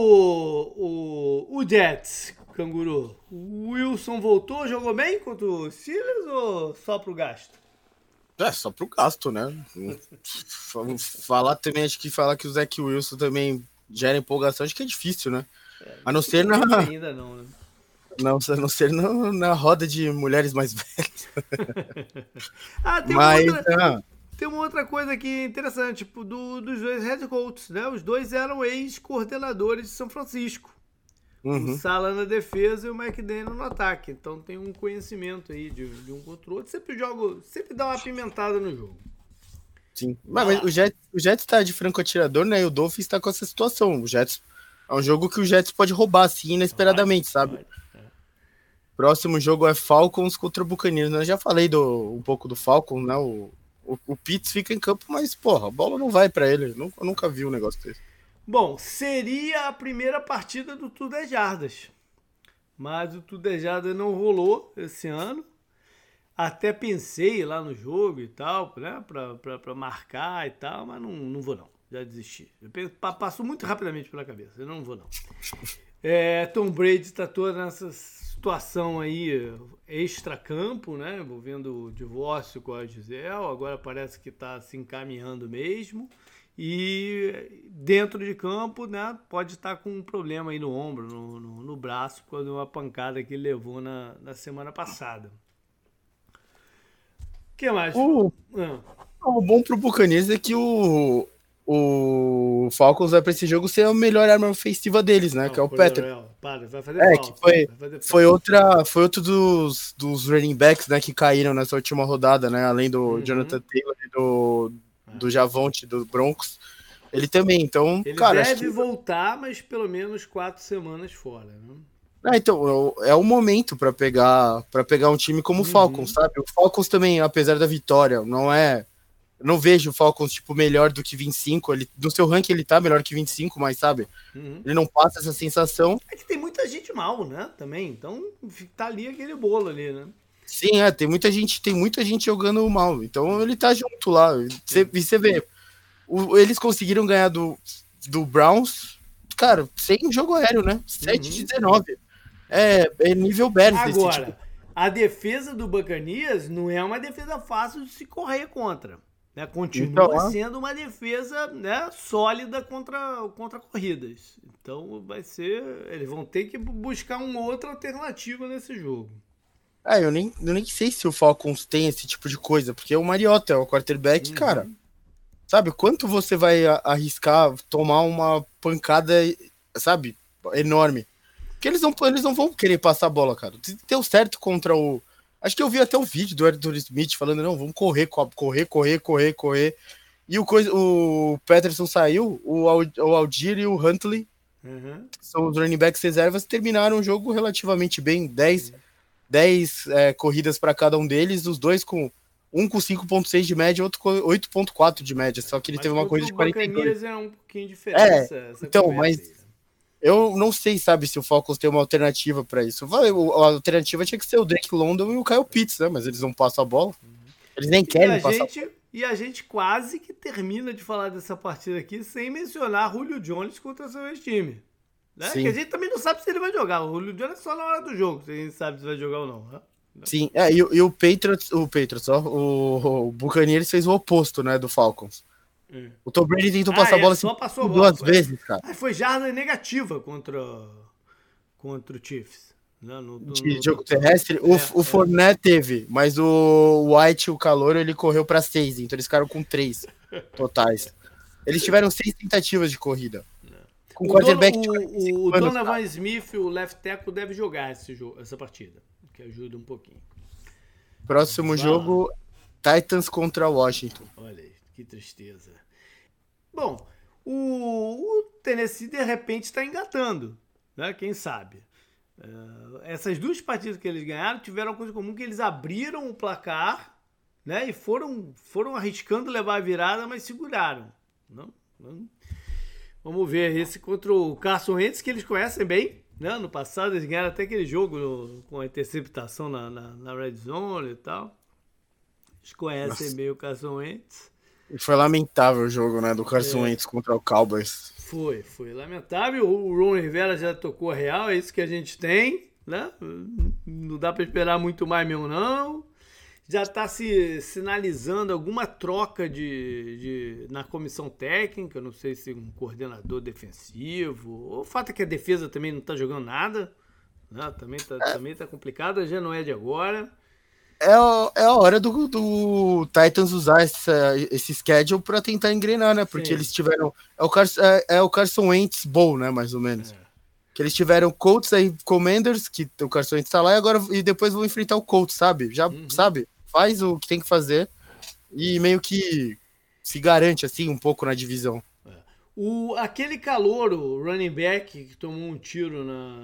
o Jets, Canguru? O Wilson voltou, jogou bem contra o Steelers ou só pro gasto? Só pro gasto, né? Falar também, acho que falar que o Zach Wilson também gera empolgação, acho que é difícil, né? A não ser ainda não, né? Não, a não ser na roda de mulheres mais velhas. Tem uma outra coisa aqui interessante, tipo, dos 2 head coaches, né? Os 2 eram ex-coordenadores de São Francisco. O Saleh na defesa e o McDaniel no ataque. Então tem um conhecimento aí de um contra o outro. Sempre dá uma apimentada no jogo. Sim, mas o Jets tá de franco-atirador, né? E o Dolphins tá com essa situação. O Jets é um jogo que o Jets pode roubar, assim, inesperadamente, sabe? Próximo jogo é Falcons contra o Buccaneers. Eu já falei um pouco do Falcons, né? O Pitts fica em campo, mas, porra, a bola não vai pra ele. Eu nunca vi um negócio desse. Bom, seria a primeira partida do Tudo é Jardas. Mas o Tudo é Jardas não rolou esse ano. Até pensei lá no jogo e tal, né? Pra marcar e tal, mas não vou não. Já desisti. Passou muito rapidamente pela cabeça. Eu não vou não. Tom Brady está toda nessa situação aí extra-campo, né? Envolvendo o divórcio com a Gisele. Agora parece que está se encaminhando mesmo. E dentro de campo, né? Pode estar com um problema aí no ombro, no braço, por causa de uma pancada que ele levou na semana passada. O que mais? O bom pro Buccaneers é que o Falcons vai para esse jogo ser a melhor arma ofensiva deles, né? Que é o Patrick. Vai fazer que foi outro dos running backs, né, que caíram nessa última rodada, né? Além do Jonathan Taylor e do Javonte, do Broncos. Ele também, então, ele deve voltar, mas pelo menos 4 semanas fora, né? Então, é o momento para pegar um time como o Falcons, sabe? O Falcons também, apesar da vitória, não é Eu não vejo o Falcons, tipo, melhor do que 25. No seu ranking ele tá melhor que 25, mas, sabe? Ele não passa essa sensação. É que tem muita gente mal, né? Também. Então, tá ali aquele bolo ali, né? Sim, tem muita gente jogando mal. Então, ele tá junto lá. Você vê. Eles conseguiram ganhar do Browns, cara, sem jogo aéreo, né? 7-19. É nível Bears. Agora, tipo. A defesa do Buccaneers não é uma defesa fácil de se correr contra. Né? Continua sendo uma defesa, né, sólida contra corridas. Então vai ser. Eles vão ter que buscar uma outra alternativa nesse jogo. Eu nem sei se o Falcons tem esse tipo de coisa, porque o Mariota é o quarterback, cara. Sabe, quanto você vai arriscar tomar uma pancada, sabe, enorme? Porque eles não vão querer passar a bola, cara. Deu certo contra o... Acho que eu vi até um vídeo do Arthur Smith falando, não, vamos correr. E o Peterson saiu, o Algier e o Huntley, que são os running backs reservas, terminaram o jogo relativamente bem. 10 corridas para cada um deles, os dois com... Um com 5.6 de média, outro com 8.4 de média. Só que ele teve uma coisa de 42. É um pouquinho diferente. Então, mas aí, eu não sei, sabe, se o Falcons tem uma alternativa para isso. A alternativa tinha que ser o Drake London e o Kyle Pitts, né? Mas eles não passam a bola. Eles nem querem passar a bola. E a gente quase que termina de falar dessa partida aqui sem mencionar Julio Jones contra seu ex-time. Né? Que a gente também não sabe se ele vai jogar. O Julio Jones é só na hora do jogo, se a gente sabe se vai jogar ou não, né? Sim, e o Patriots, o Buccaneers fez o oposto, né, do Falcons. O Tom Brady tentou passar a bola assim, duas vezes, cara. Foi jarda negativa contra o Chiefs. Né, de jogo terrestre, o Fournette teve, mas o White, o calouro, ele correu para 6, então eles ficaram com 3 totais. Eles tiveram 6 tentativas de corrida. Com o quarterback o Donovan Smith, o left tackle, deve jogar essa partida. Que ajuda um pouquinho. Próximo jogo, Titans contra Washington. Olha aí, que tristeza. Bom, o Tennessee de repente está engatando, né? Quem sabe? Essas duas partidas que eles ganharam tiveram uma coisa comum, que eles abriram o placar, né? E foram arriscando levar a virada, mas seguraram. Não? Vamos ver esse contra o Carson Wentz, que eles conhecem bem. Né? No passado eles ganharam até aquele jogo com a interceptação na Red Zone e tal. Eles conhecem bem o Carson Wentz. E foi lamentável o jogo, né, do Carson Wentz contra o Cowboys. Foi lamentável. O Ron Rivera já tocou a real, é isso que a gente tem. Né? Não dá para esperar muito mais mesmo, não. Já está se sinalizando alguma troca na comissão técnica, não sei se um coordenador defensivo. O fato é que a defesa também não está jogando nada, né? Também tá complicado, já não é de agora. É a hora do Titans usar esse schedule para tentar engrenar, né? Porque eles tiveram... É o Carson Wentz Bowl, né? Mais ou menos. Que eles tiveram Colts aí, Commanders, que o Carson Wentz tá lá, e depois vão enfrentar o Colts, sabe? Já sabe? Faz o que tem que fazer e meio que se garante assim um pouco na divisão. Aquele calouro, running back, que tomou um tiro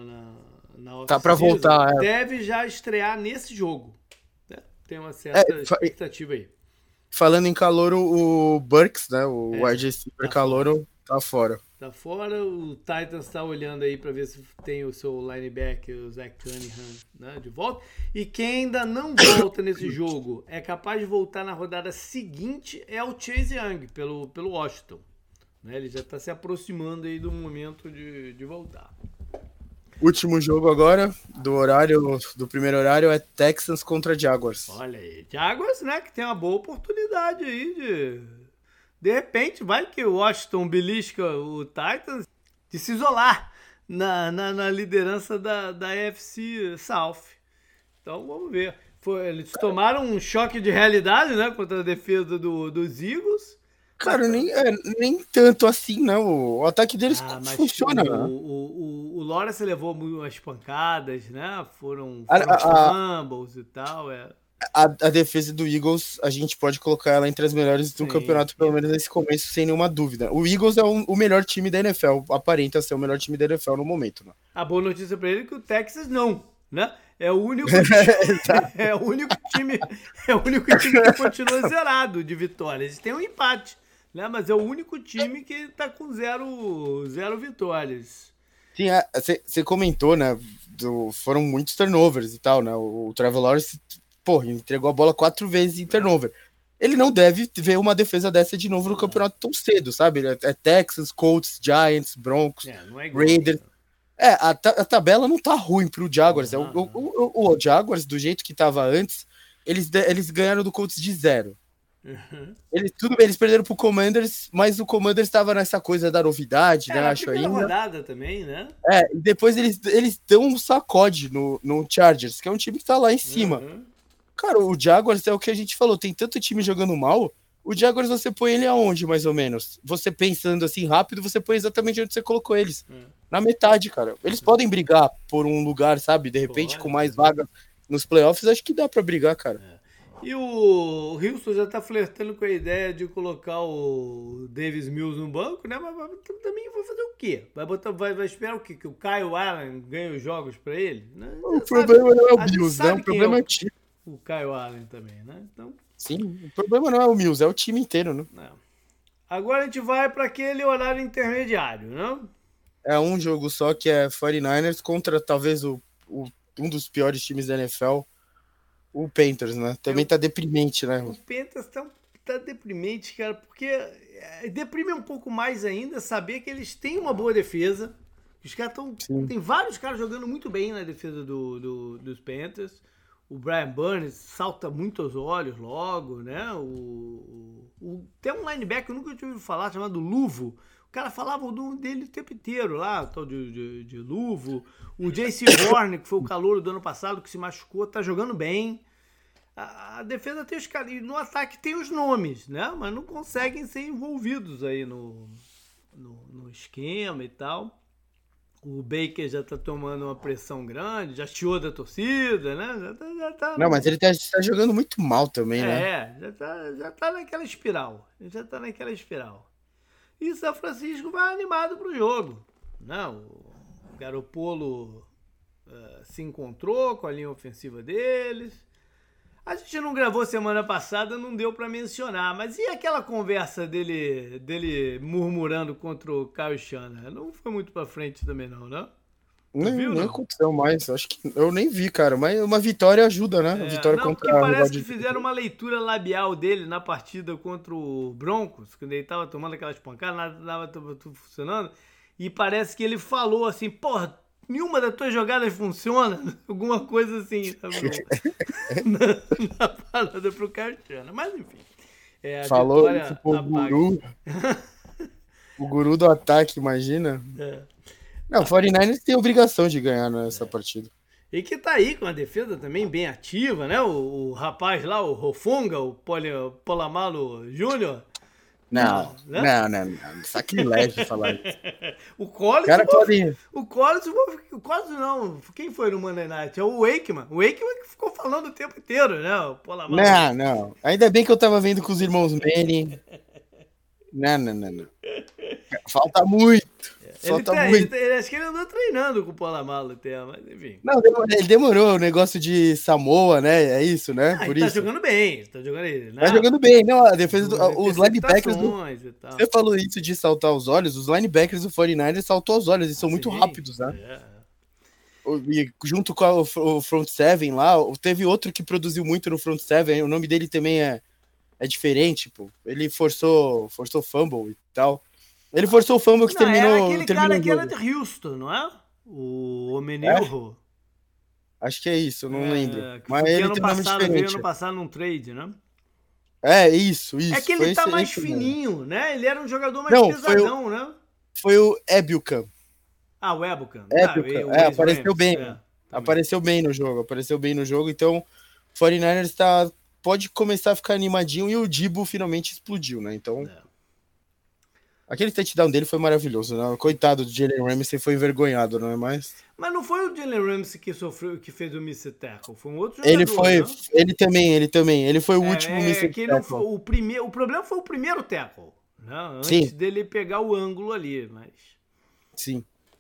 na tá para voltar, deve já estrear nesse jogo. Né? Tem uma certa expectativa aí. Falando em calouro, o Burks, né, o wide receiver calouro, tá fora. Tá fora, o Titans tá olhando aí para ver se tem o seu linebacker, o Zach Cunningham, né, de volta. E quem ainda não volta nesse jogo, é capaz de voltar na rodada seguinte, é o Chase Young, pelo Washington. Né, ele já tá se aproximando aí do momento de voltar. Último jogo agora, do primeiro horário, é Texans contra Jaguars. Olha aí, Jaguars, né, que tem uma boa oportunidade aí de repente, vai que o Washington belisca o Titans de se isolar na liderança da AFC South. Então, vamos ver. Eles tomaram um choque de realidade, né, contra a defesa dos Eagles. Cara, nem tanto assim, não. O ataque deles funciona. O Lawrence levou umas pancadas, né? Foram fumbles e tal, A defesa do Eagles, a gente pode colocar ela entre as melhores do campeonato, pelo menos nesse começo, sem nenhuma dúvida. O Eagles é o melhor time da NFL, aparenta ser o melhor time da NFL no momento. Né? A boa notícia pra ele é que o Texas não. né? É o único time que continua zerado de vitórias. Tem um empate, né? Mas é o único time que está com zero vitórias. Sim, você comentou, né? Foram muitos turnovers e tal, né? O Trevor Lawrence, entregou a bola 4 vezes em turnover. Ele não deve ver uma defesa dessa de novo no campeonato tão cedo, sabe? É Texans, Colts, Giants, Broncos, Raiders. A tabela não tá ruim pro Jaguars. O Jaguars, do jeito que tava antes, eles ganharam do Colts de 0. Tudo bem, eles perderam pro Commanders, mas o Commanders estava nessa coisa da novidade, né? Acho ainda. Rodada também, né? E depois eles dão um sacode no Chargers, que é um time que tá lá em cima. Cara, o Jaguars é o que a gente falou, tem tanto time jogando mal. O Jaguars você põe ele aonde, mais ou menos? Você pensando assim rápido, você põe exatamente onde você colocou eles. Na metade, cara. Eles podem brigar por um lugar, sabe? De repente, com mais vagas nos playoffs, acho que dá pra brigar, cara. E o Houston já tá flertando com a ideia de colocar o Davis Mills no banco, né? Mas também vai fazer o quê? Vai esperar o quê? Que o Kyle Allen ganhe os jogos pra ele? O problema não é o Mills, né? O problema é o time. O Kyle Allen também, né? Então... Sim, o problema não é o Mills, é o time inteiro, né? Agora a gente vai para aquele horário intermediário, né? É um jogo só que é 49ers contra talvez um dos piores times da NFL, o Panthers, né? Também tá deprimente, né? O Panthers tá deprimente, cara, porque deprime um pouco mais ainda saber que eles têm uma boa defesa. Os caras tem vários caras jogando muito bem na defesa dos Panthers. O Brian Burns salta muito aos olhos logo, né? Tem um linebacker que eu nunca tinha ouvido falar, chamado Luvo. O cara falava dele o tempo inteiro lá, o tal de Luvo. O J.C. Horn, que foi o calouro do ano passado, que se machucou, tá jogando bem. A defesa tem os caras, e no ataque tem os nomes, né? Mas não conseguem ser envolvidos aí no esquema e tal. O Baker já tá tomando uma pressão grande, já chiou da torcida, né? Já tá... Não, mas ele tá jogando muito mal também, né? Já tá naquela espiral. E São Francisco vai animado pro jogo. Não, o Garoppolo se encontrou com a linha ofensiva deles. A gente não gravou semana passada, não deu pra mencionar, mas e aquela conversa dele murmurando contra o Kyle Shanahan? Não foi muito pra frente também não, né? Nem aconteceu mais, acho que eu nem vi, cara, mas uma vitória ajuda, né? Vitória contra porque parece que fizeram uma leitura labial dele na partida contra o Broncos, quando ele tava tomando aquelas pancadas, nada tudo funcionando, e parece que ele falou assim, porra, nenhuma das tuas jogadas funciona, alguma coisa assim, tá na parada pro Cartiana, mas enfim. Falou isso pro guru, o guru do ataque, imagina. Não, o 49ers tem obrigação de ganhar nessa partida. E que tá aí com a defesa também bem ativa, né? O rapaz lá, o Rofunga, o Polamalo Júnior. Não. Sacrilégio falar isso. O Collins. Cara, o Collins não. Quem foi no Monday Night? É o Wakeman. O Wakeman que ficou falando o tempo inteiro, né? O Polamalo. Não. Ainda bem que eu tava vendo com os irmãos Manning. Não. Falta muito. Acho que ele andou treinando com o Polamalo até, mas enfim. Não, ele demorou o negócio de Samoa, né? É isso, né? Por isso. Tá jogando bem. Tá jogando bem. Não, a defesa os linebackers. Você falou isso de saltar os olhos. Os linebackers do 49ers saltou os olhos. Eles são muito rápidos, né? E junto com o front seven lá, teve outro que produziu muito no front seven. O nome dele também é diferente, pô. Ele forçou fumble e tal. Ele forçou o fumble que terminou. Aquele cara que era de Houston, não é? O Omenilho. Acho que é isso, não lembro. Mas ele tem nome diferente. Veio ano passado num trade, né? Isso. É que ele tá mais fininho, né? Ele era um jogador mais pesadão, né? Foi o Ebukam. O Ebukam. Apareceu bem. Apareceu bem no jogo. Então, o 49ers pode começar a ficar animadinho e o Dibo finalmente explodiu, né? Então... Aquele touchdown dele foi maravilhoso, né? Coitado do Jalen Ramsey, foi envergonhado, não é mais? Mas não foi o Jalen Ramsey que fez o miss tackle, foi um outro jogador, Ele também. Ele foi o último miss tackle. O problema foi o primeiro tackle, né? Antes dele pegar o ângulo ali, mas... Sim.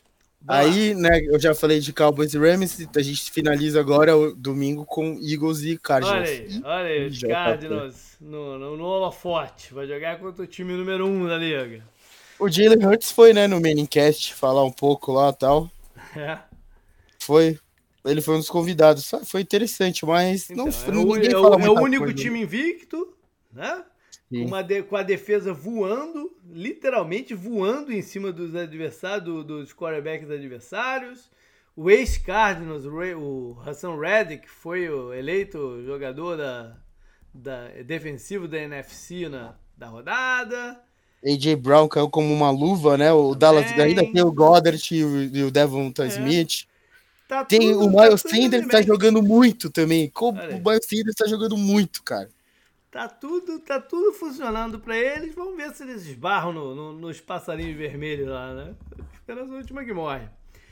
Aí, né, eu já falei de Cowboys e Rams, a gente finaliza agora o domingo com Eagles e Cardinals. Olha aí, os Cardinals no holofote. Vai jogar contra o time número 1 da liga. O Jalen Hurts foi, né, no Manicast falar um pouco lá e tal. Foi. Ele foi um dos convidados. Foi interessante, mas então, ninguém fala muita coisa. É o único time invicto, né? Com a defesa voando, literalmente voando em cima dos adversários, dos quarterbacks adversários. O ex-Cardinals, o Hassan Reddick, foi eleito jogador defensivo da NFC da rodada. A.J. Brown caiu como uma luva, né? O Dallas ainda tem o Goddard e o Devonta Smith. O Miles Sanders tá jogando muito também. O Miles Sanders tá jogando muito, cara. Tá tudo funcionando pra eles. Vamos ver se eles esbarram nos passarinhos vermelhos lá, né? Esperança última que morre.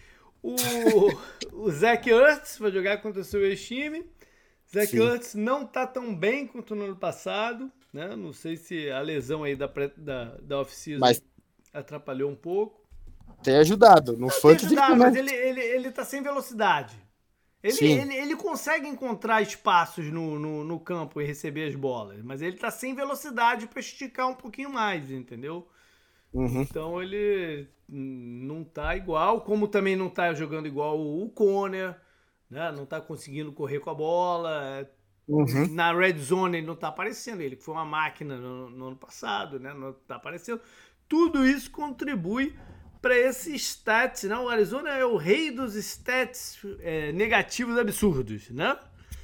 O Zach Ertz vai jogar contra o seu ex-time. Zach Ertz não tá tão bem quanto no ano passado, né? Não sei se a lesão aí da off-season atrapalhou um pouco. Tem ajudado. No fantasy, mas ele tá sem velocidade. Ele consegue encontrar espaços no campo e receber as bolas, mas ele tá sem velocidade para esticar um pouquinho mais, entendeu? Então ele não tá igual, como também não tá jogando igual o Conner, né? Não tá conseguindo correr com a bola. Na red zone ele não tá aparecendo, ele que foi uma máquina no ano passado, né? Não tá aparecendo. Tudo isso contribui para esses stats, né? O Arizona é o rei dos stats negativos absurdos, né?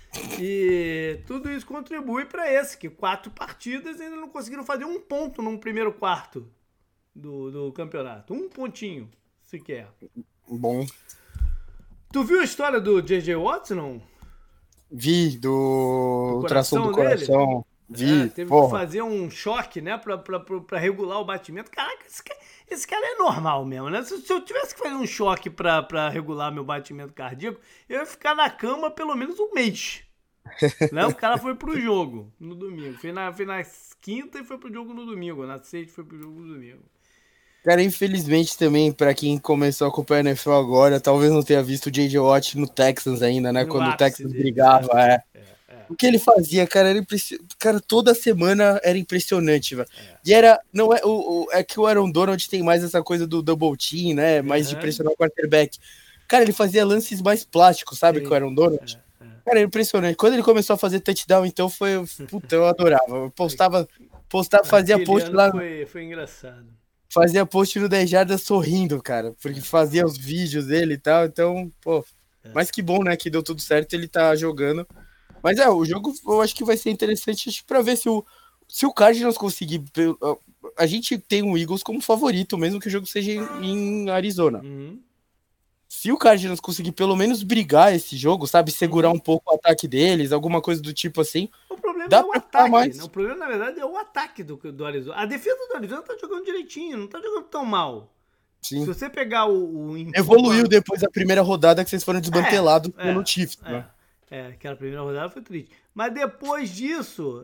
E tudo isso contribui para que 4 partidas ainda não conseguiram fazer um ponto no primeiro quarto do campeonato. Um pontinho, sequer. Bom. Tu viu a história do J.J. Watt, não? Vi, do ultrassom do coração. Vi, teve que fazer um choque, né, pra regular o batimento. Caraca, esse cara é normal mesmo, né? Se eu tivesse que fazer um choque pra regular meu batimento cardíaco, eu ia ficar na cama pelo menos um mês. Né? O cara foi pro jogo no domingo. Foi na quinta e foi pro jogo no domingo. Na sexta foi pro jogo no domingo. Cara, infelizmente também, pra quem começou a acompanhar a NFL agora, talvez não tenha visto o J.J. Watt no Texans ainda, né? Quando o Texans brigava, O que ele fazia, cara, era cara, toda semana era impressionante, velho. E é que o Aaron Donald tem mais essa coisa do double team, né? Mais de pressionar o quarterback. Cara, ele fazia lances mais plásticos, sabe, que o Aaron Donald? Cara, era impressionante. Quando ele começou a fazer touchdown, então puta, eu adorava. Eu postava, fazia post lá. Foi engraçado. Fazia post no 10 Jardas sorrindo, cara, porque fazia os vídeos dele e tal, então, mas que bom, né, que deu tudo certo, ele tá jogando. Mas o jogo eu acho que vai ser interessante pra ver se o Cardinals conseguir. A gente tem o Eagles como favorito, mesmo que o jogo seja em Arizona. Se o Cardinals conseguir pelo menos brigar esse jogo, sabe, segurar um pouco o ataque deles, alguma coisa do tipo assim. O problema é o ataque, né? O problema, na verdade, é o ataque do Arizona. A defesa do Arizona tá jogando direitinho, não tá jogando tão mal. Sim. Se você pegar o evoluiu depois da primeira rodada que vocês foram desmantelados pelo Chiefs, né? Aquela primeira rodada foi triste. Mas depois disso,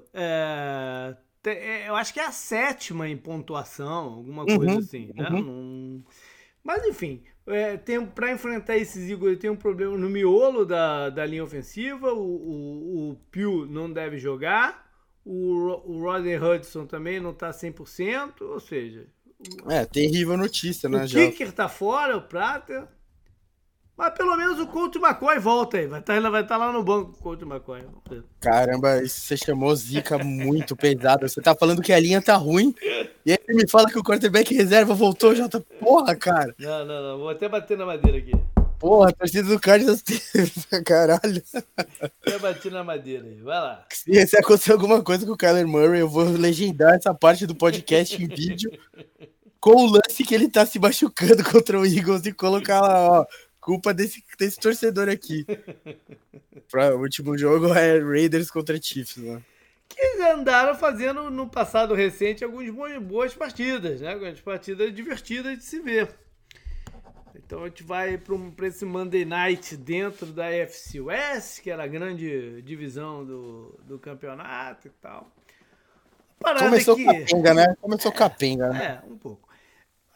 eu acho que é a 7ª em pontuação, alguma coisa assim, né? Mas enfim, para enfrentar esses Eagles tem um problema no miolo da linha ofensiva. O Pugh não deve jogar, o Rodney Hudson também não tá 100%, ou seja... terrível notícia, né? O kicker tá fora, o Prater. Mas pelo menos o Colt McCoy volta aí. Vai estar lá no banco o Colt McCoy. Caramba, isso você chamou zica muito pesado. Você tá falando que a linha tá ruim e aí você me fala que o quarterback reserva voltou, Jota. Porra, cara. Não. Vou até bater na madeira aqui. Porra, a torcida do Cardinals. Caralho. Até bati na madeira aí. Vai lá. Se acontecer alguma coisa com o Kyler Murray, eu vou legendar essa parte do podcast em vídeo com o lance que ele tá se machucando contra o Eagles e colocar lá, ó. Culpa desse torcedor aqui. O último jogo é Raiders contra Chiefs, né? Que andaram fazendo no passado recente algumas boas partidas, né? Algumas partidas divertidas de se ver. Então a gente vai para esse Monday Night dentro da AFC West, que era a grande divisão do campeonato e tal. Começou capenga, né? Um pouco. A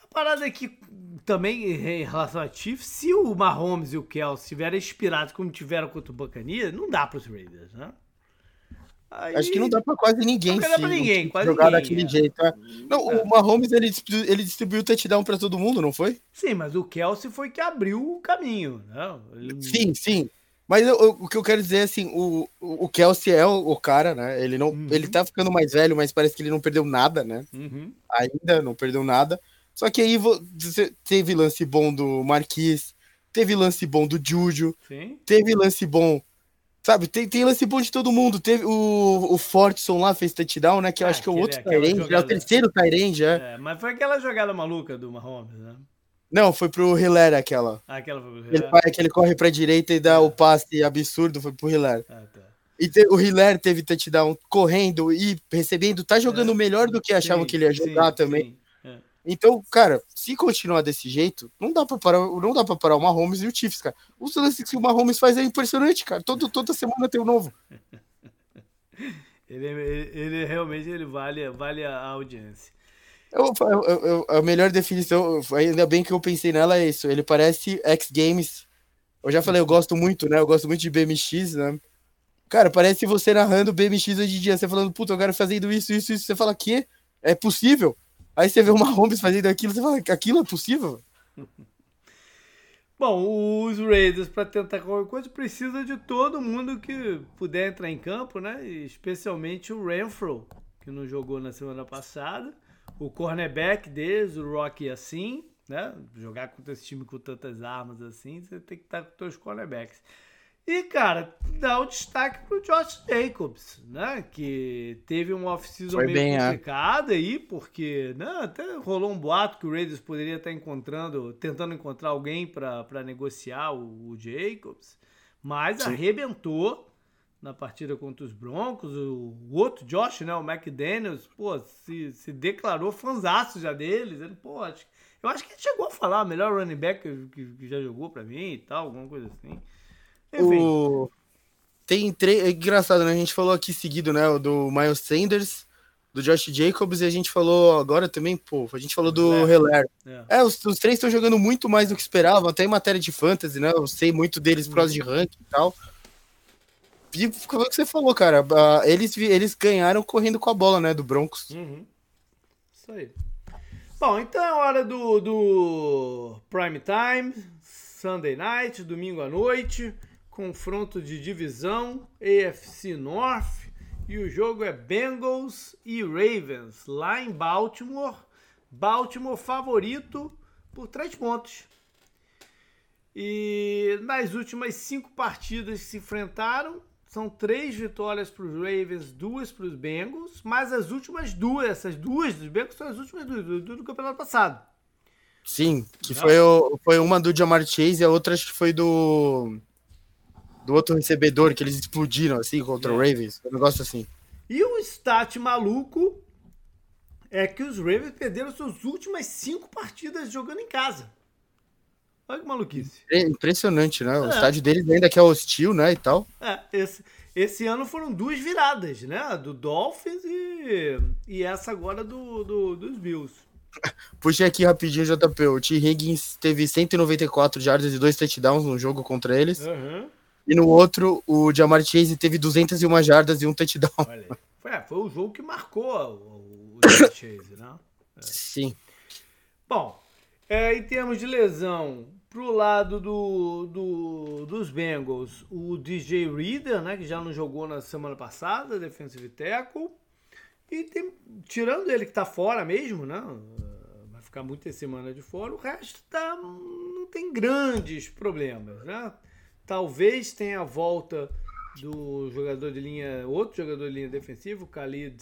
parada aqui também em relação a Chiefs, se o Mahomes e o Kelce estiverem inspirados como tiveram contra o Buccaneers, não dá para os Raiders, né? Aí, acho que não dá pra quase ninguém não dá pra ninguém, quase jogar ninguém, daquele jeito. Não, o Mahomes, ele distribuiu o touchdown pra todo mundo, não foi? Sim, mas o Kelce foi que abriu o caminho. Não? Sim. Mas o que eu quero dizer é assim, o Kelce é o cara, né? Ele não, ele tá ficando mais velho, mas parece que ele não perdeu nada, né? Ainda não perdeu nada. Só que aí você teve lance bom do Marquise, teve lance bom do Juju, teve lance bom. Sabe, tem lance bom de todo mundo. Teve o Fortson lá, fez touchdown, né? Que eu acho que é o outro Tyrande, é o terceiro Tyrande, mas foi aquela jogada maluca do Mahomes, né? Não, foi pro Hiller aquela. Aquela foi pro Hiller. Que ele corre pra direita e dá o passe absurdo, foi pro Hiller. Tá. E o Hiller teve touchdown correndo e recebendo, tá jogando melhor do que achavam que ele ia jogar também. Então, cara, se continuar desse jeito, não dá pra parar o Mahomes e o Chiefs, cara. Os lances que o Mahomes faz é impressionante, cara. Toda semana tem um novo. Ele realmente vale a audiência. A melhor definição, ainda bem que eu pensei nela, é isso. Ele parece X Games. Eu já falei, eu gosto muito, né? Eu gosto muito de BMX, né? Cara, parece você narrando BMX hoje em dia. Você falando, puta, eu quero fazendo isso. Você fala, que? É possível? Aí você vê o Mahomes fazendo aquilo, você fala, aquilo é possível? Bom, os Raiders, para tentar qualquer coisa, precisa de todo mundo que puder entrar em campo, né? Especialmente o Renfrow, que não jogou na semana passada. O cornerback deles, o Rocky, assim, né? Jogar contra esse time com tantas armas assim, você tem que estar com os seus cornerbacks. E, cara, dá o destaque pro Josh Jacobs, né? Que teve uma off-season meio complicada aí, porque até rolou um boato que o Raiders poderia estar tentando encontrar alguém para negociar o Jacobs, mas arrebentou na partida contra os Broncos. O outro Josh, né? O McDaniels, se declarou fanzaço já deles. Ele, eu acho que ele chegou a falar, melhor running back que já jogou para mim e tal, alguma coisa assim. Tem três. É engraçado, né? A gente falou aqui seguido, né? O do Miles Sanders, do Josh Jacobs, e a gente falou agora também, a gente falou do Hiller. Os três estão jogando muito mais do que esperavam, até em matéria de fantasy, né? Eu sei muito deles por causa de ranking e tal. E como é que você falou, cara? Eles ganharam correndo com a bola, né? Do Broncos. Isso aí. Bom, então é hora do Prime Time, Sunday Night, domingo à noite. Confronto de divisão, AFC North, e o jogo é Bengals e Ravens, lá em Baltimore. Baltimore favorito por 3 pontos. E nas últimas 5 partidas que se enfrentaram, são 3 vitórias para os Ravens, 2 para os Bengals, mas essas duas dos Bengals são as últimas do campeonato passado. Sim, que foi uma do Ja'Marr Chase e a outra acho que foi do outro recebedor, que eles explodiram, assim, contra o Ravens. Um negócio assim. E o stat maluco é que os Ravens perderam suas últimas 5 partidas jogando em casa. Olha que maluquice. Impressionante, né? O estádio deles ainda que é hostil, né, e tal. Esse ano foram 2 viradas, né? Do Dolphins e essa agora dos Bills. Puxei aqui rapidinho, JP. O T. Higgins teve 194 jardas e 2 touchdowns no jogo contra eles. E no outro, o Ja'Marr Chase teve 201 jardas e 1 touchdown. Olha aí. Foi o jogo que marcou o Ja'Marr Chase, né? Sim. Bom, em termos de lesão, pro lado dos Bengals, o DJ Reader, né, que já não jogou na semana passada, defensive tackle. E tirando ele que tá fora mesmo, né? Vai ficar muitas semanas de fora, o resto não tem grandes problemas, né? Talvez tenha a volta do outro jogador de linha defensivo, Khalid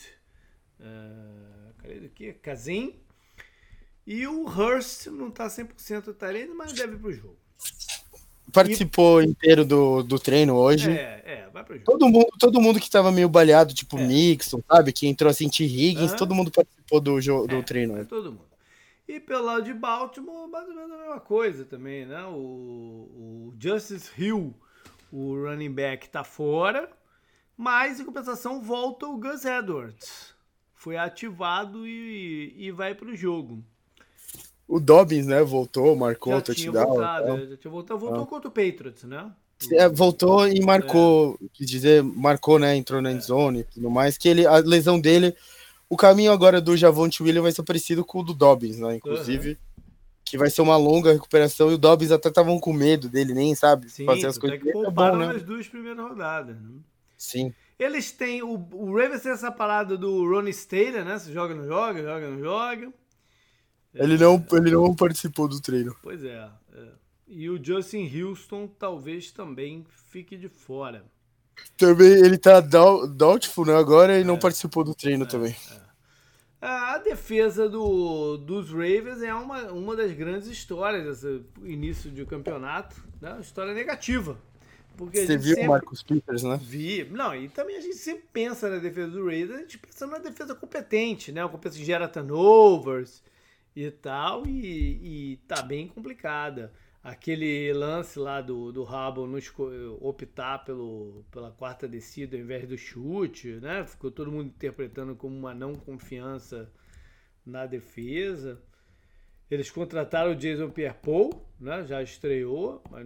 Kazim. E o Hurst não tá 100% ainda, mas deve ir pro jogo. Participou inteiro do treino hoje. Vai pro jogo. Todo mundo que tava meio baleado, tipo Mixon, sabe? Que entrou assim, T. Higgins, todo mundo participou do treino. Todo mundo. E pelo lado de Baltimore, mais ou menos a mesma coisa também, né? O Justice Hill, o running back, tá fora, mas em compensação volta o Gus Edwards. Foi ativado e vai pro jogo. O Dobbins, né, voltou, marcou o touchdown. Já tinha voltado, voltou contra o Patriots, né? Voltou e marcou, quer dizer, marcou, né, entrou na endzone e tudo mais, que a lesão dele, o caminho agora do Javonte Williams vai ser parecido com o do Dobbins, né, inclusive, que vai ser uma longa recuperação, e o Dobbins até estavam com medo dele, nem sabe fazer as coisas. Sim, que pouparam nas 2 primeiras rodadas. Né? Sim. Eles têm, o Ravens tem essa parada do Ronnie Stanley, né, se joga, não joga, joga, não joga. Ele não participou do treino. Pois é. E o Justin Houston talvez também fique de fora. Também ele tá doubtful, né, agora e não participou do treino também. A defesa dos Ravens é uma das grandes histórias desse início de campeonato, né? Uma história negativa. Porque você viu o Marcus Peters, né? Vi. Não, e também a gente sempre pensa na defesa do Ravens, a gente pensa numa defesa competente, né? Uma competência que gera turnovers e tal, e tá bem complicada. Aquele lance lá do Harbaugh optar pela quarta descida ao invés do chute, né? Ficou todo mundo interpretando como uma não confiança na defesa. Eles contrataram o Jason Pierre-Paul, né? Já estreou, mas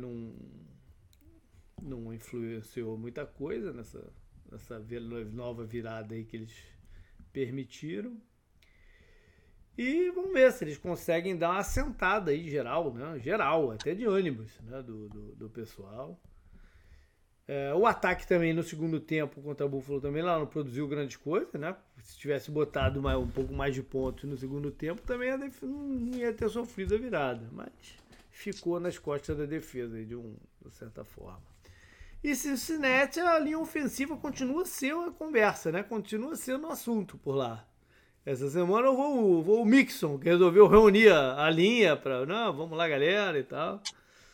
não influenciou muita coisa nessa nova virada aí que eles permitiram. E vamos ver se eles conseguem dar uma assentada aí geral, né? Geral, até de ânimos, né? do pessoal. O ataque também no segundo tempo contra a Buffalo também lá não produziu grandes coisas, né? Se tivesse botado um pouco mais de pontos no segundo tempo, também não ia ter sofrido a virada. Mas ficou nas costas da defesa de certa forma. E Cincinnati, a linha ofensiva continua a ser uma conversa, né? Continua sendo um assunto por lá. Essa semana eu vou o Mixon, que resolveu reunir a linha para, não, vamos lá, galera, e tal.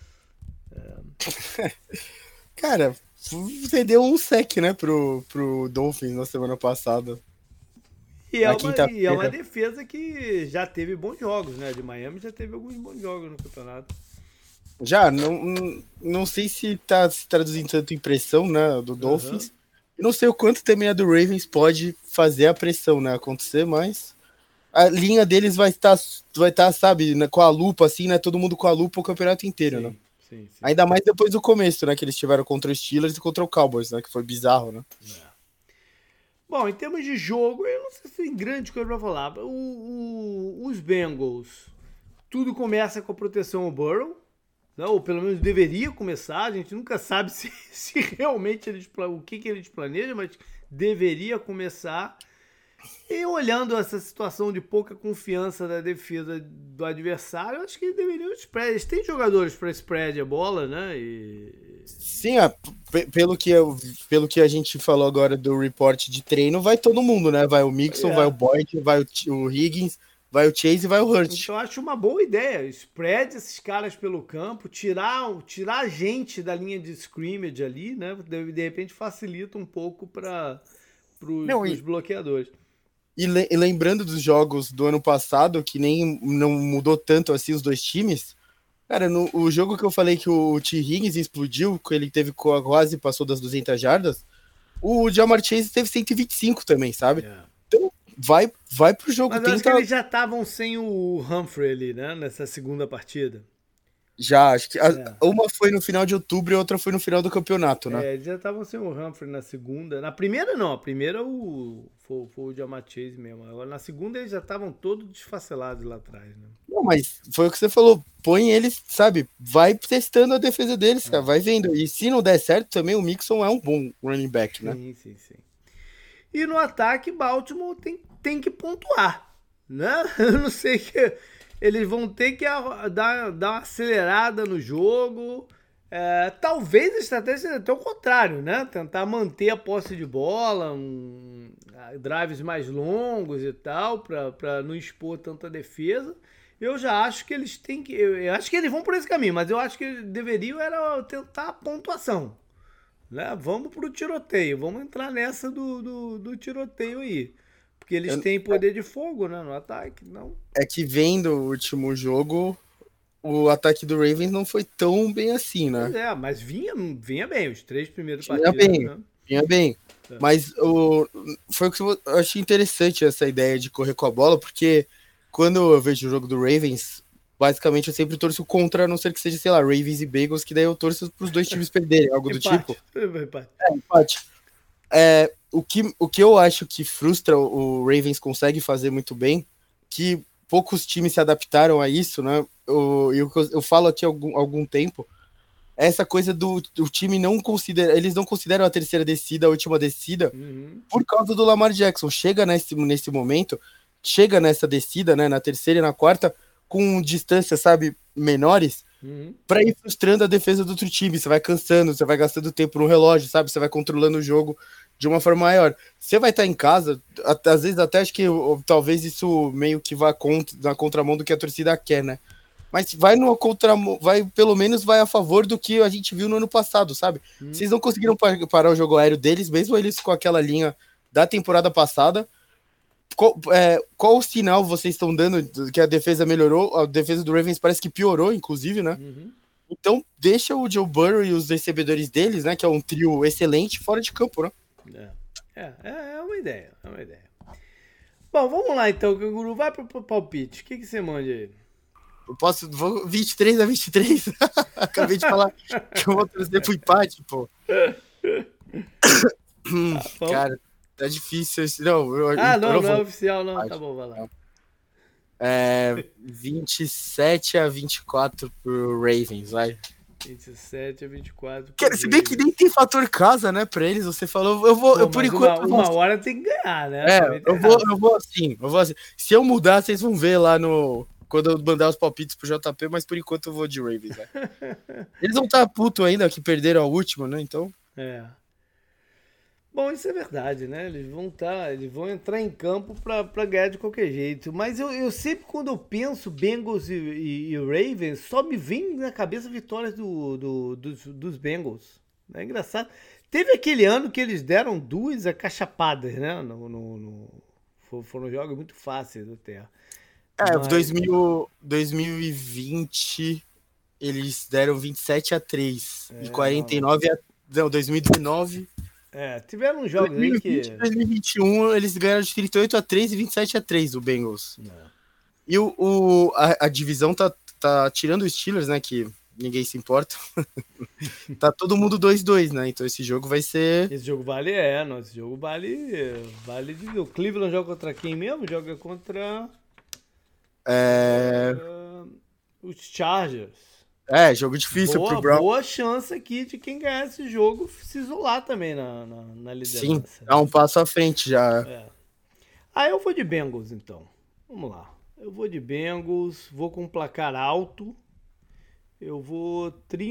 Cara, você deu um sec, né, pro Dolphins na semana passada. E é uma defesa que já teve bons jogos, né? De Miami já teve alguns bons jogos no campeonato. Já, não sei se tá se traduzindo tanto em pressão, né, do Dolphins. Não sei o quanto também a do Ravens pode fazer a pressão, né, acontecer, mas a linha deles vai estar, sabe, né, com a lupa, assim, né, todo mundo com a lupa o campeonato inteiro, né? Sim. Ainda mais depois do começo, né, que eles tiveram contra os Steelers e contra o Cowboys, né, que foi bizarro, né? Bom, em termos de jogo, eu não sei se tem grande coisa pra falar. Os Bengals, tudo começa com a proteção ao Burrow. Não, ou pelo menos deveria começar, a gente nunca sabe se realmente o que eles planejam, mas deveria começar. E olhando essa situação de pouca confiança da defesa do adversário, eu acho que deveriam spread. Eles têm jogadores para spread a bola, né? Sim, pelo que a gente falou agora do report de treino, vai todo mundo, né? Vai o Mixon, vai o Boyd, vai o Higgins, vai o Chase e vai o Hurts. Então eu acho uma boa ideia. Spread esses caras pelo campo, tirar a gente da linha de scrimmage ali, né? De repente facilita um pouco para os bloqueadores. E lembrando dos jogos do ano passado, que não mudou tanto assim os dois times, cara, o jogo que eu falei que o T. Higgins explodiu, que ele teve quase passou das 200 jardas, o Ja'Marr Chase teve 125 também, sabe? Então vai pro jogo. Mas eu acho que eles já estavam sem o Humphrey ali, né? Nessa segunda partida. Já, acho que uma foi no final de outubro e a outra foi no final do campeonato, né? Eles já estavam sem o Humphrey na segunda. Na primeira não, a primeira foi o Ja'Marr Chase mesmo. Agora na segunda eles já estavam todos desfacelados lá atrás, né? Não, mas foi o que você falou, põe eles, sabe, vai testando a defesa deles, cara, vai vendo. E se não der certo também, o Mixon é um bom running back, né? Sim. E no ataque, Baltimore tem que pontuar, né? Eu não sei que... Eles vão ter que dar uma acelerada no jogo. Talvez a estratégia seja até o contrário, né? Tentar manter a posse de bola, drives mais longos e tal, para não expor tanta defesa. Eu já acho que eles têm que... Eu acho que eles vão por esse caminho, mas eu acho que eles deveriam tentar a pontuação. Né? Vamos pro tiroteio, vamos entrar nessa do tiroteio aí. Porque eles têm poder de fogo, né, no ataque, não? É que vendo o último jogo, o ataque do Ravens não foi tão bem assim, né? Pois mas vinha bem, os 3 primeiros partidos. Vinha bem. Mas foi o que eu achei interessante essa ideia de correr com a bola, porque quando eu vejo o jogo do Ravens, basicamente eu sempre torço contra, a não ser que seja, sei lá, Ravens e Bengals, que daí eu torço pros dois times perderem, algo do tipo. Empate. O que eu acho que frustra o Ravens consegue fazer muito bem, que poucos times se adaptaram a isso, né? Eu falo aqui há algum tempo, é essa coisa do time não considera, eles não consideram a terceira descida, a última descida, por causa do Lamar Jackson. Chega nesse momento, chega nessa descida, né, na terceira e na quarta, com distâncias, sabe, menores, para ir frustrando a defesa do outro time. Você vai cansando, você vai gastando tempo no relógio, sabe? Você vai controlando o jogo de uma forma maior. Você vai estar em casa, às vezes até acho que talvez isso meio que vá na contramão do que a torcida quer, né? Mas vai pelo menos vai a favor do que a gente viu no ano passado, sabe? Vocês não conseguiram parar o jogo aéreo deles, mesmo eles com aquela linha da temporada passada. Qual o sinal vocês estão dando que a defesa melhorou? A defesa do Ravens parece que piorou, inclusive, né? Então deixa o Joe Burrow e os recebedores deles, né? Que é um trio excelente, fora de campo, né? É uma ideia, Bom, vamos lá então, Canguru. Vai pro palpite. O que você manda aí? Vou 23-23. Acabei de falar que eu vou trazer pro empate, pô. Cara, tá difícil. Não, não é oficial, não. Tá bom, vai lá. 27-24 pro Ravens, vai. 27-24. Se bem que nem tem fator casa, né, pra eles. Você falou, por enquanto. Uma hora tem que ganhar, né? Eu vou assim. Se eu mudar, vocês vão ver lá quando eu mandar os palpites pro JP, mas por enquanto eu vou de Ravens, né? Eles vão estar puto ainda que perderam a última, né? Então. Bom, isso é verdade, né? Eles vão entrar em campo pra ganhar de qualquer jeito. Mas eu sempre, quando eu penso Bengals e Ravens, só me vem na cabeça vitórias dos Bengals. É engraçado. Teve aquele ano que eles deram 2 acachapadas, né? Foram jogos muito fáceis até. 2020 eles deram 27-3 e 49 não, 2019 tiveram uns jogos 2020, aí que 2021 eles ganharam de 38-3 e 27-3 o Bengals. E a divisão tá tirando os Steelers, né, que ninguém se importa. Tá todo mundo 2-2, né? Então esse jogo vai ser... Esse jogo vale, esse jogo vale o Cleveland joga contra quem mesmo? Joga contra os Chargers. Jogo difícil pro Brown. Boa chance aqui de quem ganhar esse jogo se isolar também na liderança. Sim, dá um passo à frente já. Eu vou de Bengals, então. Vamos lá. Eu vou de Bengals, vou com um placar alto. Eu vou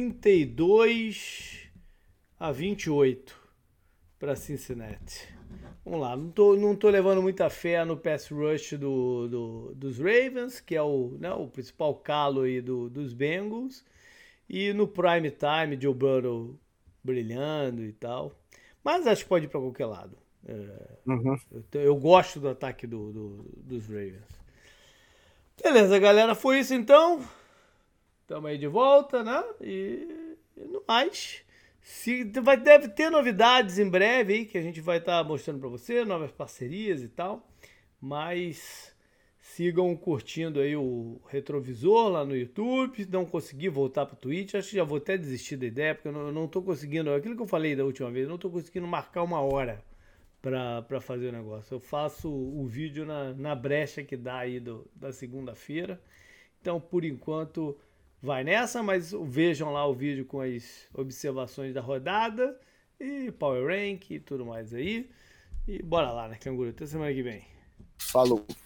32-28 para Cincinnati. Vamos lá, não tô levando muita fé no pass rush dos Ravens, que é o principal calo aí dos Bengals. E no prime time, Joe Burrow brilhando e tal. Mas acho que pode ir para qualquer lado. Eu gosto do ataque dos Ravens. Beleza, galera, foi isso então. Estamos aí de volta, né? E no mais... Deve ter novidades em breve aí que a gente vai estar mostrando para você, novas parcerias e tal, mas sigam curtindo aí o Retrovisor lá no YouTube. Não consegui voltar para o Twitch, acho que já vou até desistir da ideia, porque eu não estou conseguindo, aquilo que eu falei da última vez, eu não estou conseguindo marcar uma hora para fazer o negócio. Eu faço o vídeo na brecha que dá aí da segunda-feira, então por enquanto... vai nessa, mas vejam lá o vídeo com as observações da rodada e Power Rank e tudo mais aí. E bora lá, né, Canguru? Até semana que vem. Falou.